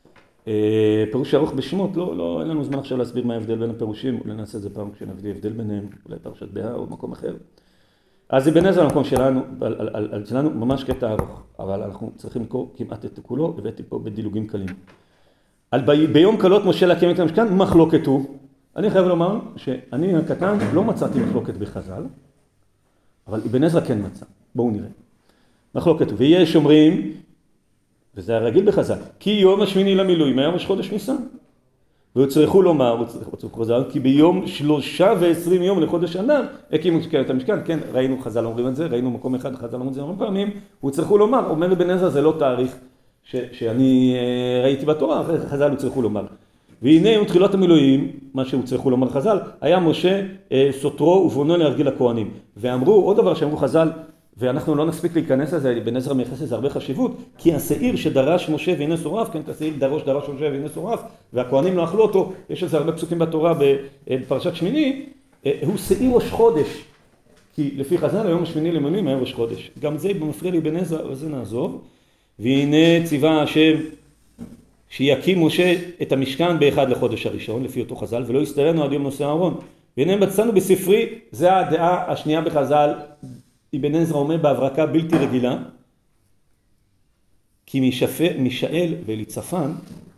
פירוש ארוך בשמות, לא, לא, אין לנו זמן עכשיו להסביר מה ההבדל בין הפירושים, אולי נעשה את זה פעם כשנביא הבדל ביניהם, אולי פרשת בהר או מקום אחר. אז אבן עזרא המקום שלנו, על, על, על, על שלנו ממש קטע ארוך, אבל אנחנו צריכים לקרוא כמעט את כולו, הבאתי פה בדילוגים קלים. על ב, ביום קלות משה להקים את המשכן, מחלוקת הוא. אני חייב לומר שאני הקטן לא מצאתי מחלוקת בחז"ל, אבל אבן עזרא כן מצא. בואו נראה. מחלוקת הוא. ויש אומרים, וזה הרגיל בחז"ל, כי יום השמיני למילואים היה ראש חודש ניסן. והצריכו לומר, כי ביום שלושה ועשרים יום לחודש אדר, הקימו את המשכן, כן, ראינו חז"ל אומרים את זה, ראינו מקום אחד, חז"ל אומרים את זה הרבה פעמים, והצריכו לומר, אומר אבן עזרא, זה לא תאריך ש, שאני ראיתי בתורה, חז"ל הצריכו לומר. והנה עם תחילת המילואים, מה שהוצריכו לומר חז"ל, היה משה סותרו ובונו להרגיל הכהנים. ואמרו, עוד דבר שאמרו חז"ל, ואנחנו לא נספיק להיכנס לזה, אבן עזרא מייחס לזה הרבה חשיבות, כי השעיר שדרש משה והנה שורף, כן, השעיר דרוש דרש משה והנה שורף, והכהנים לא אכלו אותו, יש לזה הרבה פסוקים בתורה בפרשת שמיני, הוא שעיר ראש חודש, כי לפי חז"ל היום השמיני למילואים היה ראש חודש. גם זה במפריע לאבן עזרא, וזה נעזוב. והנה ציווה השם שיקים משה את המשכן באחד לחודש הראשון, לפי אותו חז"ל, ולא יסתרנו עד יום נושא אהרון. והנה מצאנו בספרי, זה הדעה השנייה בחז"ל, אבן עזרא אומר בהברקה בלתי רגילה, כי מישאל ואליצפן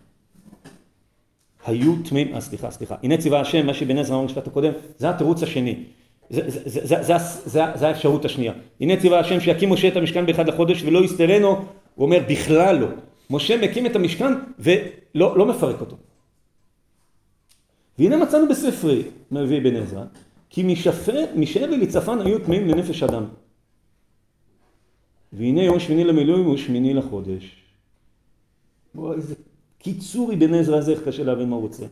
היו תמים, אה סליחה, סליחה, הנה ציווה השם, מה שאבן עזרא אמר במשפט הקודם, זה התירוץ השני, זה, זה, זה, זה, זה, זה, זה האפשרות השנייה. הנה ציווה השם שיקים משה את המשכן באחד לחודש ולא יסתרנו, הוא אומר בכלל לא. משה מקים את המשכן ולא לא מפרק אותו. והנה מצאנו בספרי, מביא אבן עזרא, כי מישאל ואליצפן היו תמים לנפש אדם. והנה יום שמיני למילואים הוא שמיני לחודש. בוא, איזה קיצור אבן עזרא הזה, איך קשה להבין מה הוא רוצה.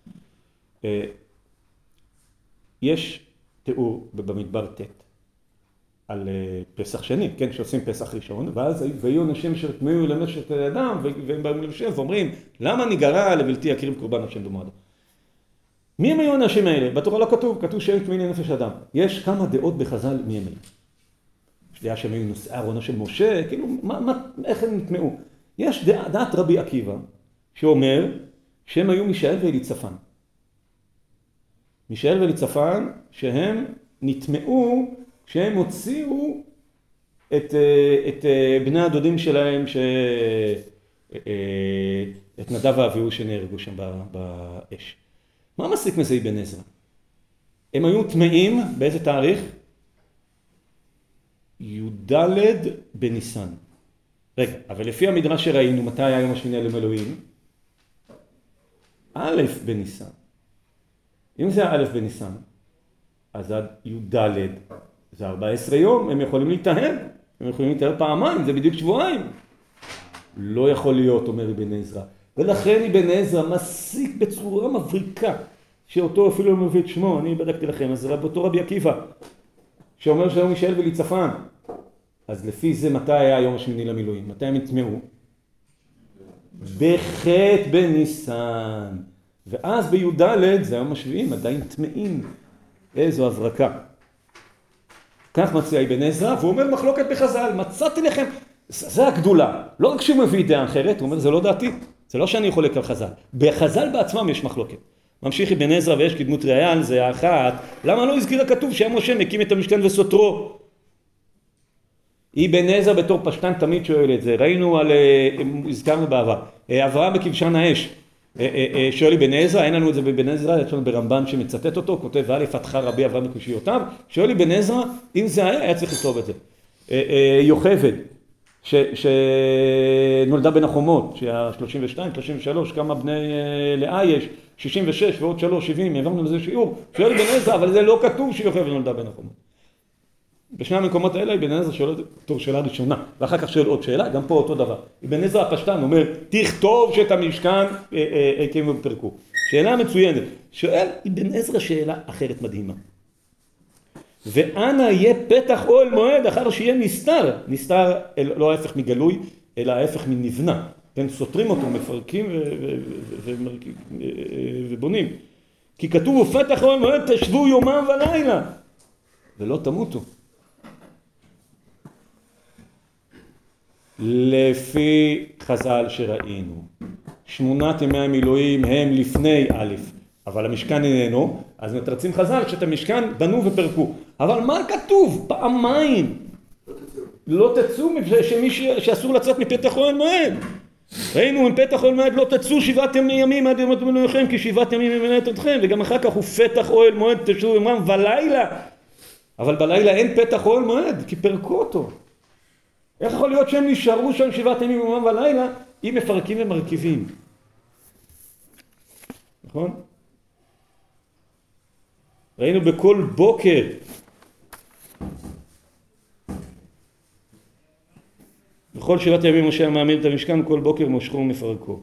יש תיאור במדבר ט' על פסח שני, כן, שעושים פסח ראשון, ואז ויהיו אנשים אשר תמהו למשך אדם, והם באים לשם ואומרים, למה ניגרע לבלתי יקריב קורבן השם במועדו? מי הם היו האנשים האלה? בתורה לא כתוב, כתוב שהם תמאים לנפש אדם. יש כמה דעות בחז"ל מי הם אלה. יש דעה שהם היו נושאי אהרונה של משה, כאילו, מה, מה, איך הם נטמעו? יש דעה, דעת רבי עקיבא, שאומר שהם היו מישאל ואליצפן. מישאל ואליצפן, שהם נטמעו כשהם הוציאו את, את בני הדודים שלהם, ש... את נדב ואביהו שנהרגו שם באש. מה מסיק מזה אבן עזרא? הם היו טמאים באיזה תאריך? י"ד בניסן. רגע, אבל לפי המדרש שראינו, מתי היה יום השמיני למילואים? א' בניסן. אם זה א' בניסן, אז עד י"ד זה ארבע עשרה יום, הם יכולים להתאהב. הם יכולים להתאהב פעמיים, זה בדיוק שבועיים. לא יכול להיות, אומר אבן עזרא. ולכן אבן עזרא מסיק בצורה מבריקה, שאותו אפילו לא מביא את שמו, אני בדקתי לכם, אז זה אותו רבי עקיבא, שאומר שהיום מישאל ואליצפן. אז לפי זה מתי היה היום השמיני למילואים? מתי הם נטמעו? בח' בניסן. ואז בי"ד זה היום השביעים, עדיין טמאים. איזו הברקה. כך מציע אבן עזרא, והוא אומר מחלוקת בחז"ל, מצאתי לכם, זה הגדולה. לא רק שהוא מביא דעה אחרת, הוא אומר זה לא דעתי. זה לא שאני חולק על חז"ל. בחז"ל בעצמם יש מחלוקת. ממשיך אבן עזרא ויש קדמות ראיה על זה האחת. למה לא הזכיר הכתוב שהיה משה מקים את המשכן וסותרו? אבן עזרא בתור פשטן תמיד שואל את זה. ראינו על, הזכרנו בעבר, אברהם בכבשן האש. שואל אבן עזרא, אין לנו את זה באבן עזרא, יש לנו ברמב"ן שמצטט אותו, כותב וא' פתחה רבי אברהם בקושיותיו. שואל אבן עזרא, אם זה היה, היה צריך לכתוב את זה. יוכבד. ש, שנולדה בין החומות, שהיה שלושים ושתיים, שלושים ושלוש, כמה בני לאה יש, שישים ושש ועוד שלוש, שבעים, העברנו לזה שיעור, שואל אבן עזרא, אבל זה לא כתוב שיוכבד נולדה בין החומות. בשני המקומות האלה, אבן עזרא שואל תור שאלה ראשונה, ואחר כך שואל עוד שאלה, גם פה אותו דבר. אבן עזרא הפשטן אומר, תכתוב שאת המשכן הקימו ופרקו. שאלה מצוינת. שואל אבן עזרא שאלה אחרת מדהימה. ואנה יהיה פתח אוהל מועד אחר שיהיה נסתר, נסתר לא ההפך מגלוי, אלא ההפך מנבנה, כן, סותרים אותו, מפרקים ובונים, כי כתוב ופתח אוהל מועד תשבו יומם ולילה, ולא תמותו. לפי חז"ל שראינו, שמונת ימי המילואים הם לפני א', אבל המשכן איננו, אז מתרצים חז"ל שאת המשכן בנו ופרקו. אבל מה כתוב? פעמיים. לא תצאו, שמי שאסור לצאת מפתח אוהל מועד. ראינו, מפתח אוהל מועד לא תצאו שבעת ימים עד ימות מילואיכם, כי שבעת ימים ימלט אתכם, וגם אחר כך הוא פתח אוהל מועד, תשאו יומם ולילה. אבל בלילה אין פתח אוהל מועד, כי פרקו אותו. איך יכול להיות שהם נשארו שם שבעת ימים יומם ולילה, אם מפרקים ומרכיבים? נכון? ראינו בכל בוקר בכל שבעת הימים משה מעמיד את המשכן, כל בוקר מושכו ומפרקו.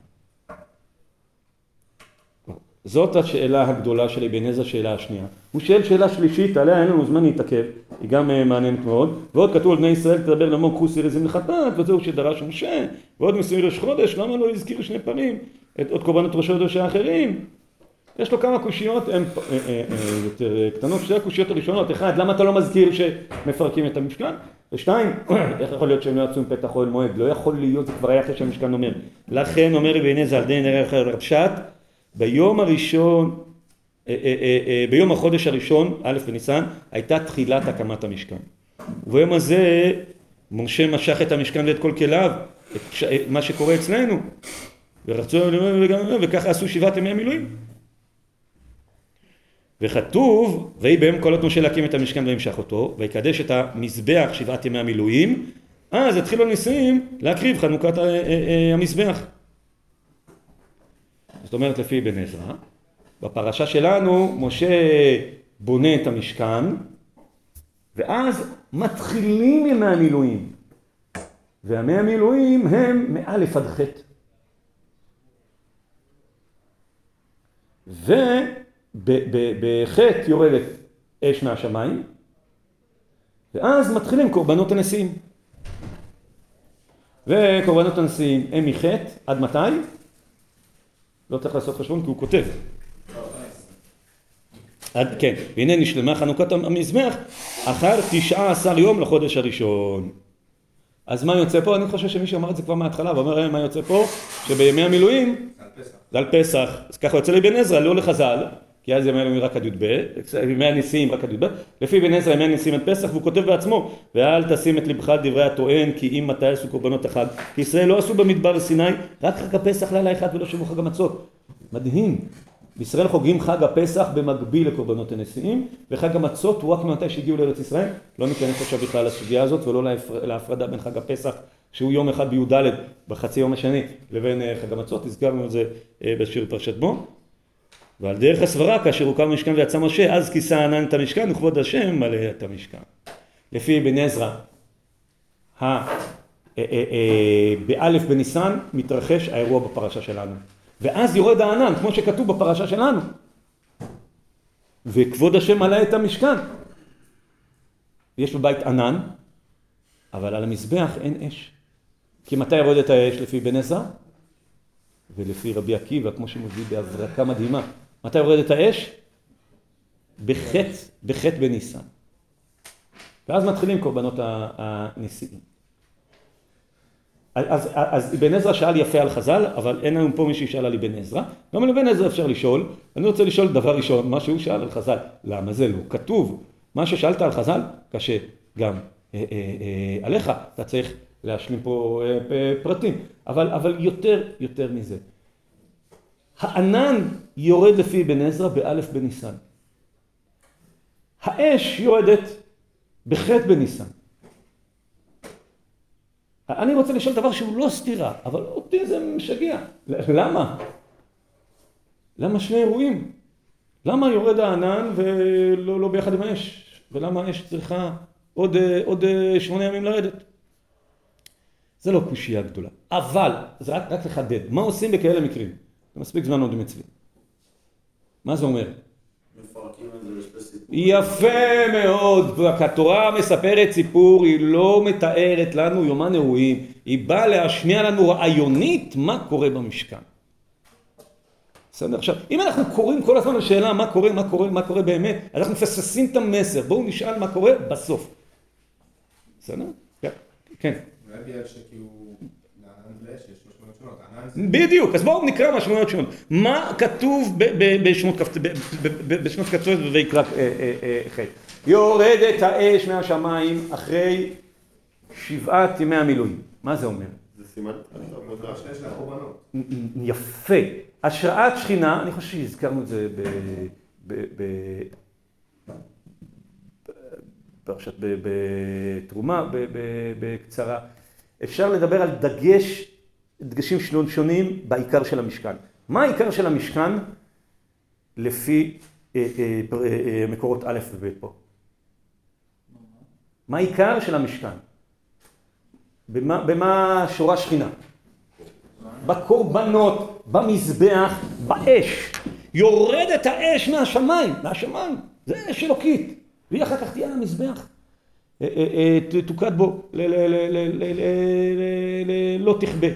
זאת השאלה הגדולה של אבן עזרא, השאלה השנייה. הוא שואל שאלה שלישית, עליה אין לנו זמן להתעכב, היא גם מעניינת מאוד. ועוד כתוב על בני ישראל תדבר לאמור קחו סירזים לחטאת, וזהו שדרש משה. ועוד מסוים ראש חודש, למה לא הזכיר שני פעמים את עוד קורבנות ראש חודש האחרים? יש לו כמה קושיות, הן יותר קטנות, שתי הקושיות הראשונות. אחד, למה אתה לא מזכיר שמפרקים את המשכן? ושתיים, איך יכול להיות שהם לא יצאו מפתח אוהל מועד? לא יכול להיות, זה כבר היה אחרי שהמשכן אומר. לכן אומר אבן עזרא על דין רבש"ת, ביום הראשון, ביום החודש הראשון, א' בניסן, הייתה תחילת הקמת המשכן. וביום הזה, משה משך את המשכן ואת כל כליו, את מה שקורה אצלנו. ורצו, וככה עשו שבעת ימי המילואים. וכתוב, ויהי ביום קולות משה להקים את המשכן וימשך אותו, ויקדש את המזבח שבעת ימי המילואים, אז התחילו הניסים להקריב חנוכת המזבח. זאת אומרת לפי אבן עזרא, בפרשה שלנו משה בונה את המשכן, ואז מתחילים ימי המילואים. וימי המילואים הם מאלף עד ח'. ו... בחטא יורדת אש מהשמיים, ואז מתחילים קורבנות הנשיאים. וקורבנות הנשיאים הם מחטא עד מתי? לא צריך לעשות חשבון כי הוא כותב. עד, כן, והנה נשלמה חנוכת המזבח אחר תשעה עשר יום לחודש הראשון. אז מה יוצא פה? אני חושב שמי שאמר את זה כבר מההתחלה, ואומר מה יוצא פה? שבימי המילואים זה על פסח. אז ככה יוצא לאבן עזרא, לא לחז"ל, כי אז ימי המילואים רק עד י"ב, ימי הנשיאים רק עד י"ב. לפי אבן עזרא ימי הנשיאים עד פסח, והוא כותב בעצמו, ואל תשים את לבך דברי הטוען, כי אם מתי עשו קורבנות החג, כי ישראל לא עשו במדבר סיני, רק חג הפסח לילה אחד ולא שבו חג המצות. מדהים. בישראל חוגגים חג הפסח במקביל לקורבנות הנשיאים, וחג המצות הוא רק מתי שהגיעו לארץ ישראל. לא ניכנס עכשיו בכלל לסוגיה הזאת, ולא להפרדה בין חג הפסח, שהוא יום אחד בי"ד בחצי יום השני, לבין חג המצות. הזכרנו את זה בשיר פרשת בו. ועל דרך הסברה, כאשר הוקם המשכן ויצא משה, אז כיסה הענן את המשכן, וכבוד השם מלא את המשכן. לפי אבן עזרא, באלף בניסן מתרחש האירוע בפרשה שלנו. ואז יורד הענן, כמו שכתוב בפרשה שלנו. וכבוד השם מלא את המשכן. יש בבית ענן, אבל על המזבח אין אש. כי מתי יורדת האש לפי אבן עזרא? ולפי רבי עקיבא, כמו שמביא בהברקה מדהימה. מתי יורדת האש? בחטא, בחטא בניסן. ואז מתחילים קורבנות הנשיאים. אז, אז אבן עזרא שאל יפה על חז"ל, אבל אין לנו פה מי שישאל על אבן עזרא. גם על אבן עזרא אפשר לשאול. אני רוצה לשאול דבר ראשון, מה שהוא שאל על חז"ל. למה זה לא? כתוב, מה ששאלת על חז"ל, קשה גם אה, אה, אה, עליך. אתה צריך להשלים פה אה, פרטים. אבל, אבל יותר, יותר מזה. הענן יורד לפי אבן עזרא באלף בניסן. האש יורדת בחטא בניסן. אני רוצה לשאול דבר שהוא לא סתירה, אבל אותי זה משגע. למה? למה שני אירועים? למה יורד הענן ולא לא ביחד עם האש? ולמה האש צריכה עוד, עוד שמונה ימים לרדת? זה לא קושיה גדולה. אבל, זה רק, רק לחדד, מה עושים בכאלה מקרים? זה מספיק זמן עוד מצווה. מה זה אומר? מפרקים את זה לשתי סיפור. יפה מאוד, התורה מספרת סיפור, היא לא מתארת לנו יומן אירועים, היא באה להשמיע לנו רעיונית מה קורה במשכן. בסדר, עכשיו, אם אנחנו קוראים כל הזמן לשאלה מה קורה, מה קורה, מה קורה באמת, אנחנו מפספסים את המסר, בואו נשאל מה קורה בסוף. בסדר? כן. כן. אולי בגלל שכאילו, לענן ואש יש שלוש מאות שונות. ענן זה... בדיוק, אז בואו נקרא משמעויות שונות. מה כתוב ב- ב- בשמות כ"ט, ב- ב- ב- בשמות כ"ט ויקרא ח'? יורדת האש מהשמיים אחרי שבעת ימי המילואים. מה זה אומר? זה סימן עבודה. שני של הקורבנות. יפה. השראת שכינה, אני חושב שהזכרנו את זה ב- ב- ב- פרשת בתרומה, ב- ב- בקצרה. אפשר לדבר על דגש, דגשים שונים בעיקר של המשכן. מה העיקר של המשכן לפי אה, אה, אה, מקורות א' וב' פה? מה העיקר של המשכן? במה, במה שורה שכינה? בקורבנות, במזבח, באש. יורדת האש מהשמיים, מהשמיים. זה אש אלוקית. והיא אחר כך תהיה על המזבח. תוקד בו, לא תכבה.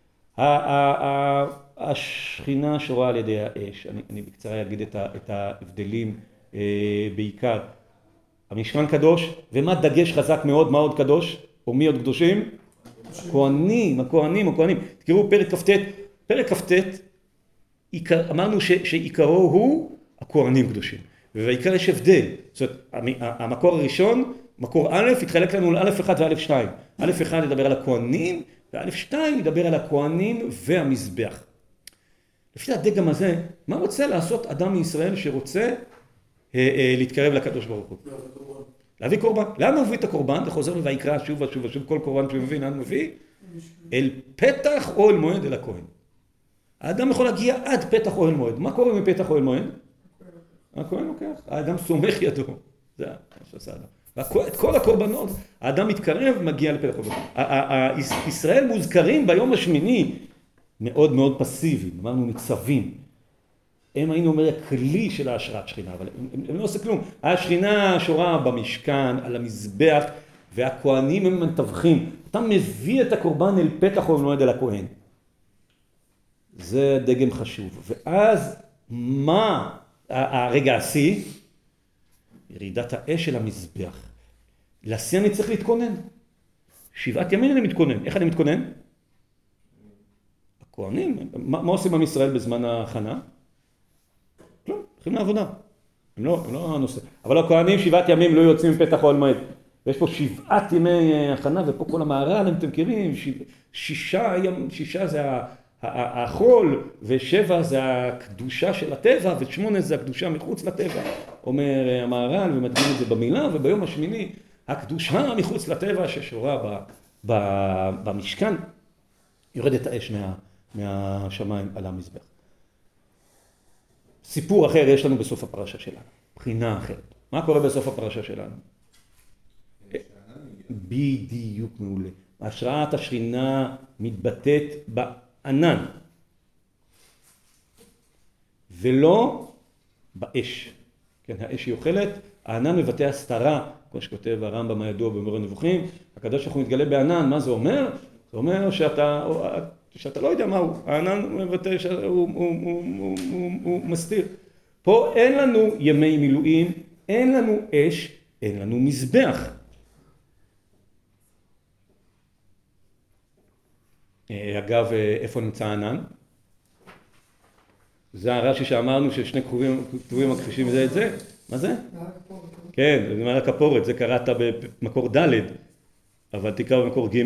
השכינה שורה על ידי האש. אני בקצרה אגיד את ההבדלים בעיקר. המשכן קדוש, ומה דגש חזק מאוד, מה עוד קדוש? או מי עוד קדושים? הכהנים, הכהנים, הכהנים. תקראו פרק כ"ט, פרק כ"ט, אמרנו שעיקרו הוא הכהנים קדושים. ובעיקר יש הבדל. זאת אומרת, המקור הראשון, מקור א', התחלק לנו לאלף אחד ואלף שתיים. אלף אחד ידבר על הכהנים, ואלף שתיים ידבר על הכהנים והמזבח. לפי הדגם הזה, מה רוצה לעשות אדם מישראל שרוצה אה, אה, להתקרב לקדוש ברוך הוא? להביא קורבן. למה הוא מביא את הקורבן? זה חוזר ויקרא שוב ושוב ושוב, כל קורבן שהוא מביא, לאן מביא? אל פתח אוהל מועד אל הכהן. האדם יכול להגיע עד פתח אוהל מועד. מה קורה מפתח אוהל מועד? הכהן לוקח, האדם סומך ידו. זה מה שעשה האדם. את כל הקורבנות, האדם מתקרב, מגיע לפתח אוהל מועד. ישראל מוזכרים ביום השמיני מאוד מאוד פסיביים, אמרנו ניצבים. הם היינו אומר הכלי של ההשראת שכינה, אבל הם, הם לא עושה כלום. השכינה שורה במשכן, על המזבח, והכהנים הם מתווכים. אתה מביא את הקורבן אל פתח אוהל מועד אל הכהן. זה דגם חשוב. ואז מה הרגע השיא? ירידת האש של המזבח. לשיא אני צריך להתכונן. שבעת ימים אני מתכונן. איך אני מתכונן? הכהנים. מה, מה עושים עם ישראל בזמן ההכנה? לא, הולכים לעבודה. הם לא, הם לא הנושא. אבל הכהנים שבעת ימים לא יוצאים מפתח אוהל מועד. ויש פה שבעת ימי הכנה, ופה כל המהר"ל, אתם מכירים, שישה, שישה זה החול, ושבע זה הקדושה של הטבע, ושמונה זה הקדושה מחוץ לטבע, אומר המהר"ל, ומדגים את זה במילה, וביום השמיני, הקדושה מחוץ לטבע ששורה ב, ב, במשכן, יורדת האש מה, מהשמיים על המזבח. סיפור אחר יש לנו בסוף הפרשה שלנו, בחינה אחרת. מה קורה בסוף הפרשה שלנו? בדיוק מעולה. השראת השכינה מתבטאת בענן, ולא באש. כן, האש היא אוכלת, הענן מבטא הסתרה, כמו שכותב הרמב"ם הידוע במורה נבוכים, הקדוש ברוך הוא מתגלה בענן, מה זה אומר? זה אומר שאתה, שאתה לא יודע מה הוא, הענן מבטא שהוא הוא, הוא, הוא, הוא, הוא, הוא מסתיר. פה אין לנו ימי מילואים, אין לנו אש, אין לנו מזבח. אגב, איפה נמצא הענן? זה הרש"י שאמרנו ששני כתובים מכחישים זה את זה. מה זה? כן, זה מעל הכפורת, זה קראת במקור ד', אבל תקרא במקור ג'.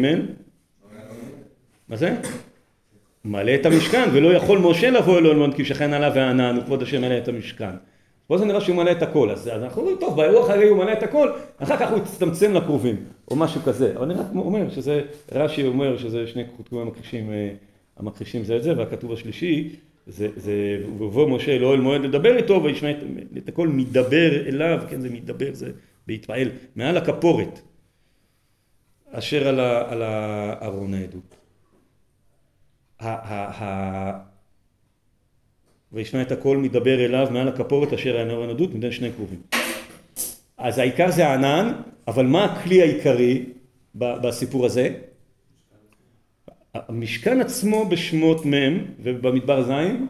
מה זה? מעלה את המשכן, ולא יכול משה לבוא אל אוהל כי שכן עליו הענן, וכבוד השם מעלה את המשכן. פה זה נראה שהוא מעלה את הכל, אז אנחנו אומרים, טוב, באירוע אחרי הוא מעלה את הכל, אחר כך הוא יצטמצם לקרובים, או משהו כזה. אבל אני רק אומר שזה, רש"י אומר שזה שני כתובים המכחישים, המכחישים זה את זה, והכתוב השלישי, זה, זה, ובוא משה אל אוהל מועד לדבר איתו, וישמע את הכל מדבר אליו, כן, זה מדבר, זה בהתפעל, מעל הכפורת, אשר על, ה, על הארון העדות. וישמע את הכל מדבר אליו מעל הכפורת אשר על הארון העדות מבין שני קרובים. אז העיקר זה הענן, אבל מה הכלי העיקרי בסיפור הזה? המשכן עצמו בשמות מ' ובמדבר זין.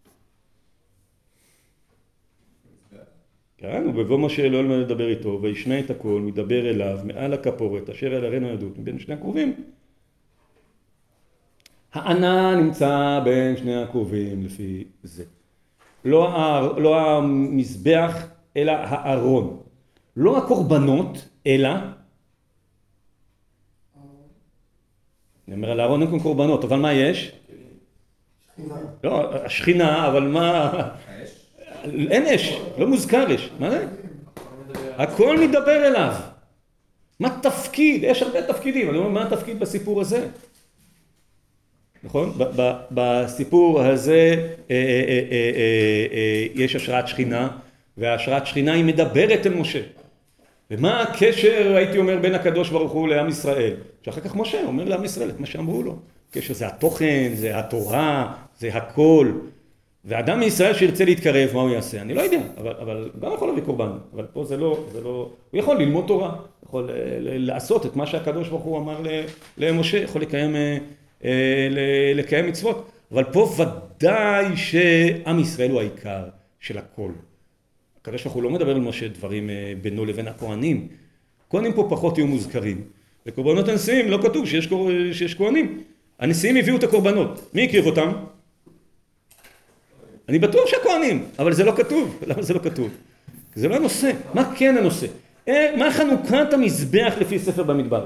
כן, ובבוא משה אל אוהל מועד לדבר איתו, וישמע את הכל מדבר אליו מעל הכפורת אשר על הארון העדות מבין שני הקרובים. הענן נמצא בין שני הכרובים לפי זה. לא, לא המזבח, אלא הארון. לא הקורבנות, אלא... אני אומר על הארון אין כאן קורבנות, אבל מה יש? שכינה. לא, השכינה, אבל מה... האש? אין אש, לא מוזכר אש. מה זה? הכל מדבר אליו. מה תפקיד? יש הרבה תפקידים. אני אומר, מה התפקיד בסיפור הזה? נכון? ב- ב- בסיפור הזה אה, אה, אה, אה, אה, יש השראת שכינה, וההשראת שכינה היא מדברת אל משה. ומה הקשר, הייתי אומר, בין הקדוש ברוך הוא לעם ישראל? שאחר כך משה אומר לעם ישראל את מה שאמרו לו. הקשר זה התוכן, זה התורה, זה הכל. ואדם מישראל שירצה להתקרב, מה הוא יעשה? אני לא יודע, אבל, אבל גם יכול להביא קורבן. אבל פה זה לא, זה לא... הוא יכול ללמוד תורה, יכול לעשות את מה שהקדוש ברוך הוא אמר למשה, יכול לקיים... לקיים מצוות, אבל פה ודאי שעם ישראל הוא העיקר של הכל. הקדוש ברוך הוא לא מדבר על משה דברים בינו לבין הכהנים. כהנים פה פחות יהיו מוזכרים. בקורבנות הנשיאים לא כתוב שיש, שיש כהנים. הנשיאים הביאו את הקורבנות. מי הקריב אותם? אני בטוח שהכהנים, אבל זה לא כתוב. למה זה לא כתוב? כי זה לא הנושא. מה כן הנושא? מה חנוכת המזבח לפי ספר במדבר?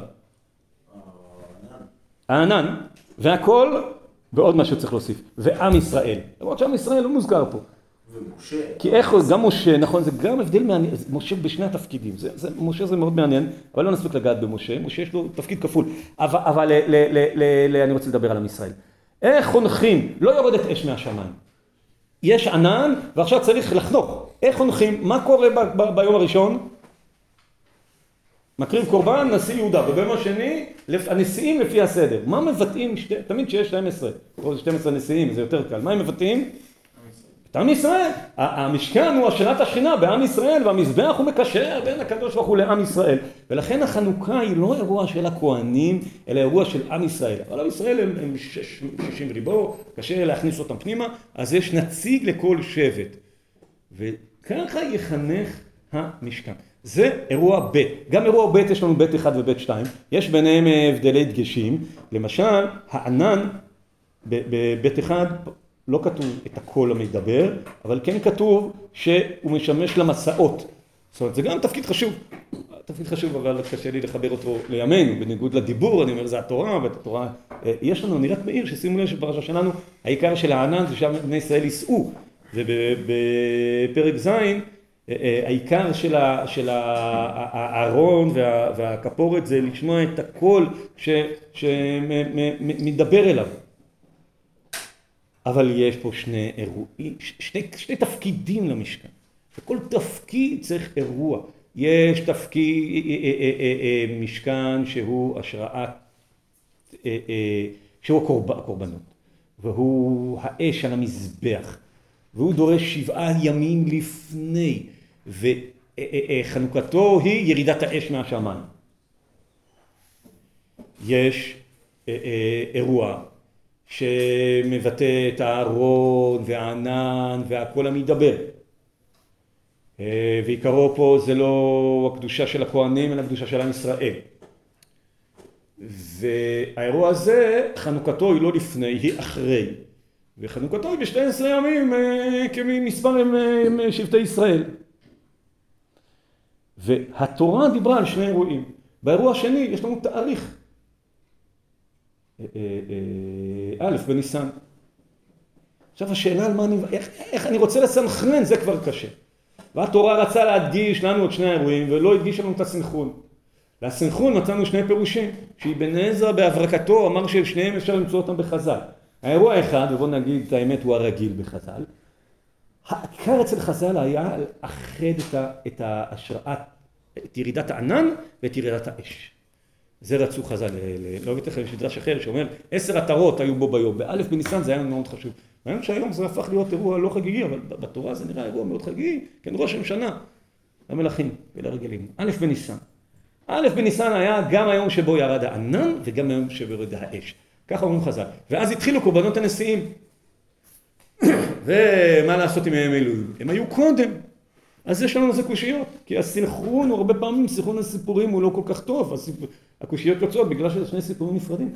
הענן. והכל, ועוד משהו צריך להוסיף, ועם ישראל. למרות שעם ישראל לא מוזכר פה. ומשה. כי איך, גם משה, נכון, זה גם הבדל מעניין, משה בשני התפקידים, זה, זה, משה זה מאוד מעניין, אבל לא נספיק לגעת במשה, משה יש לו תפקיד כפול, אבל, אבל ל, ל, ל, ל, ל, אני רוצה לדבר על עם ישראל. איך חונכים, לא יורדת אש מהשמיים. יש ענן, ועכשיו צריך לחנוך. איך חונכים, מה קורה ב, ב, ביום הראשון? מקריב קורבן, נשיא יהודה, וביום השני, הנשיאים לפי הסדר. מה מבטאים, שתי, תמיד שיש שתים עשרה, או שתים עשרה נשיאים, זה יותר קל. מה הם מבטאים? את עם ישראל. המשכן הוא השראת השכינה בעם ישראל, והמזבח הוא מקשר בין הקדוש ברוך הוא לעם ישראל. ולכן החנוכה היא לא אירוע של הכהנים, אלא אירוע של עם ישראל. אבל עם ישראל הם, הם שש, שישים ריבו, קשה להכניס אותם פנימה, אז יש נציג לכל שבט. וככה יחנך המשכן. זה אירוע ב'. גם אירוע ב' יש לנו ב' אחד וב' שתיים. יש ביניהם הבדלי דגשים. למשל, הענן בב' אחד לא כתוב את הקול המדבר, אבל כן כתוב שהוא משמש למסעות. זאת אומרת, זה גם תפקיד חשוב. תפקיד חשוב, אבל קשה לי לחבר אותו לימינו. בניגוד לדיבור, אני אומר, זה התורה, ואת התורה... יש לנו, אני רק מעיר ששימו לב שבפרשה שלנו, העיקר של הענן זה שם בני ישראל ייסעו. ובפרק ז' העיקר של הארון והכפורת זה לשמוע את הקול שמדבר אליו. אבל יש פה שני אירועים, שני, שני תפקידים למשכן. וכל תפקיד צריך אירוע. יש תפקיד משכן שהוא השראת, שהוא הקורבנות. והוא האש על המזבח. והוא דורש שבעה ימים לפני. וחנוכתו היא ירידת האש מהשמיים. יש אירוע שמבטא את הארון והענן והכל המדבר. ועיקרו פה זה לא הקדושה של הכהנים אלא הקדושה של עם ישראל. והאירוע הזה, חנוכתו היא לא לפני, היא אחרי. וחנוכתו היא ב-שנים עשר ימים כמספר עם שבטי ישראל. והתורה דיברה על שני אירועים. באירוע השני יש לנו תאריך. א' בניסן. עכשיו השאלה על מה אני... איך, איך אני רוצה לסנכרן, זה כבר קשה. והתורה רצה להדגיש לנו את שני האירועים, ולא הדגיש לנו את הסנכרון. והסנכרון מצאנו שני פירושים, שאבן עזרא בהברקתו אמר ששניהם אפשר למצוא אותם בחז"ל. האירוע האחד, ובוא נגיד את האמת, הוא הרגיל בחז"ל. העיקר אצל חז"ל היה לאחד את, את ההשראת, את ירידת הענן ואת ירידת האש. זה רצו חז"ל, לא אגיד לכם, יש מדרש אחר שאומר, עשר עטרות היו בו ביום, באלף בניסן זה היה מאוד חשוב. והיום שהיום זה הפך להיות אירוע לא חגיגי, אבל בתורה זה נראה אירוע מאוד חגיגי, כן, ראש השנה, למלכים ולרגלים. אלף בניסן. אלף בניסן היה גם היום שבו ירד הענן וגם היום שבו ירד האש. ככה אומרים חז"ל. ואז התחילו קורבנות הנשיאים. ומה לעשות עם הימים אלוהים? הם היו קודם. אז יש לנו איזה קושיות, כי הסינכרון, הרבה פעמים סינכרון הסיפורים הוא לא כל כך טוב, הקושיות יוצאות בגלל שזה שני סיפורים נפרדים.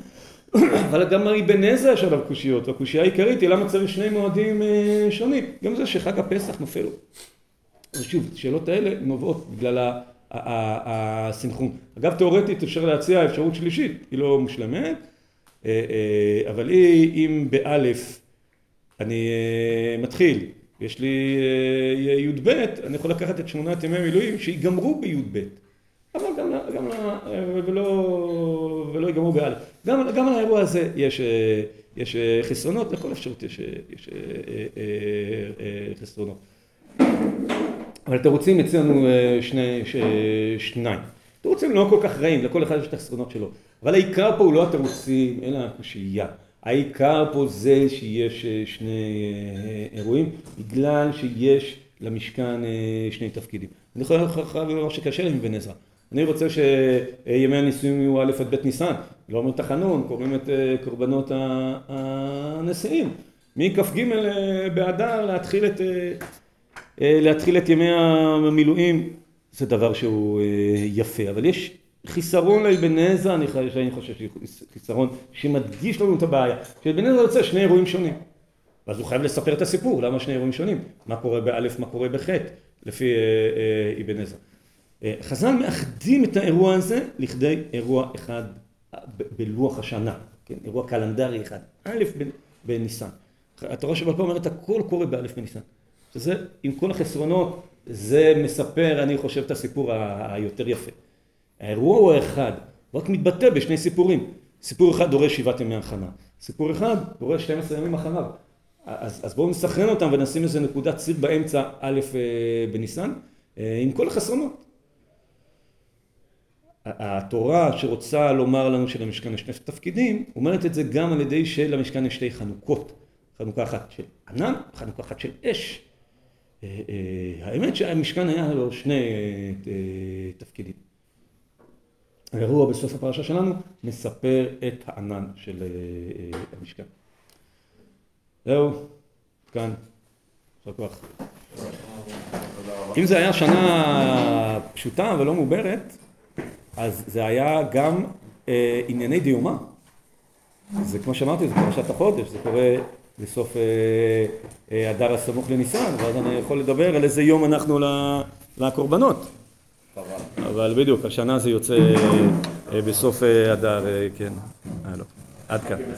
אבל גם אבן עזרא יש עליו קושיות, והקושייה העיקרית היא למה צריך שני מועדים שונים. גם זה שחג הפסח נופל לו. אז שוב, השאלות האלה נובעות בגלל הסנכרון. אגב, תיאורטית אפשר להציע אפשרות שלישית, היא לא מושלמת, אבל אם באלף אני מתחיל, יש לי י"ב, אני יכול לקחת את שמונת ימי מילואים שיגמרו בי"ב. אבל גם, גם, ולא, ולא יגמרו באלף. גם, גם על האירוע הזה יש, יש חסרונות, לכל אפשרות יש, יש חסרונות. אבל תירוצים אצלנו שני, ש, שניים. תירוצים לא כל כך רעים, לכל אחד יש את החסרונות שלו. אבל העיקר פה הוא לא התירוצים, אלא הקושייה. העיקר פה זה שיש שני אירועים, בגלל שיש למשכן שני תפקידים. אני יכול לומר שקשה להם אבן עזרא. אני רוצה שימי הנישואים יהיו א' עד ב' ניסן. לא אומרים תחנון, קוראים את קורבנות הנשיאים. מכ"ג באדר להתחיל את, להתחיל את ימי המילואים, זה דבר שהוא יפה. אבל יש חיסרון לאבן עזרא, אני חושב שיש חיסרון שמדגיש לנו את הבעיה. שאבן עזרא רוצה שני אירועים שונים. ואז הוא חייב לספר את הסיפור, למה שני אירועים שונים? מה קורה באלף, מה קורה בחטא, לפי אבן עזרא. חז"ל מאחדים את האירוע הזה לכדי אירוע אחד בלוח השנה, כן? אירוע קלנדרי אחד, א' בניסן. התורה שבעל פה אומרת, הכל קורה באלף בניסן. שזה, עם כל החסרונות, זה מספר, אני חושב, את הסיפור היותר יפה. האירוע הוא אחד, רק מתבטא בשני סיפורים. סיפור אחד דורש שבעת ימי הכנה. סיפור אחד דורש שנים עשר ימים אחריו. אז, אז בואו נסכרן אותם ונשים איזה נקודת ציר באמצע א' בניסן, עם כל החסרונות. התורה שרוצה לומר לנו שלמשכן יש שני תפקידים, אומרת את זה גם על ידי שלמשכן יש שתי חנוכות. חנוכה אחת של ענן, חנוכה אחת של אש. האמת שהמשכן היה לו שני תפקידים. האירוע בסוף הפרשה שלנו מספר את הענן של המשכן. זהו, כאן, עכשיו כוח. אם זה היה שנה פשוטה ולא מוברת, אז זה היה גם אה, ענייני דיומה. זה כמו שאמרתי, זה פרשת החודש, זה קורה בסוף אה, אה, אדר הסמוך לניסן, ואז אני יכול לדבר על איזה יום אנחנו לקורבנות. אבל בדיוק, השנה זה יוצא אה, בסוף אדר, אה, כן. הלו, עד כאן.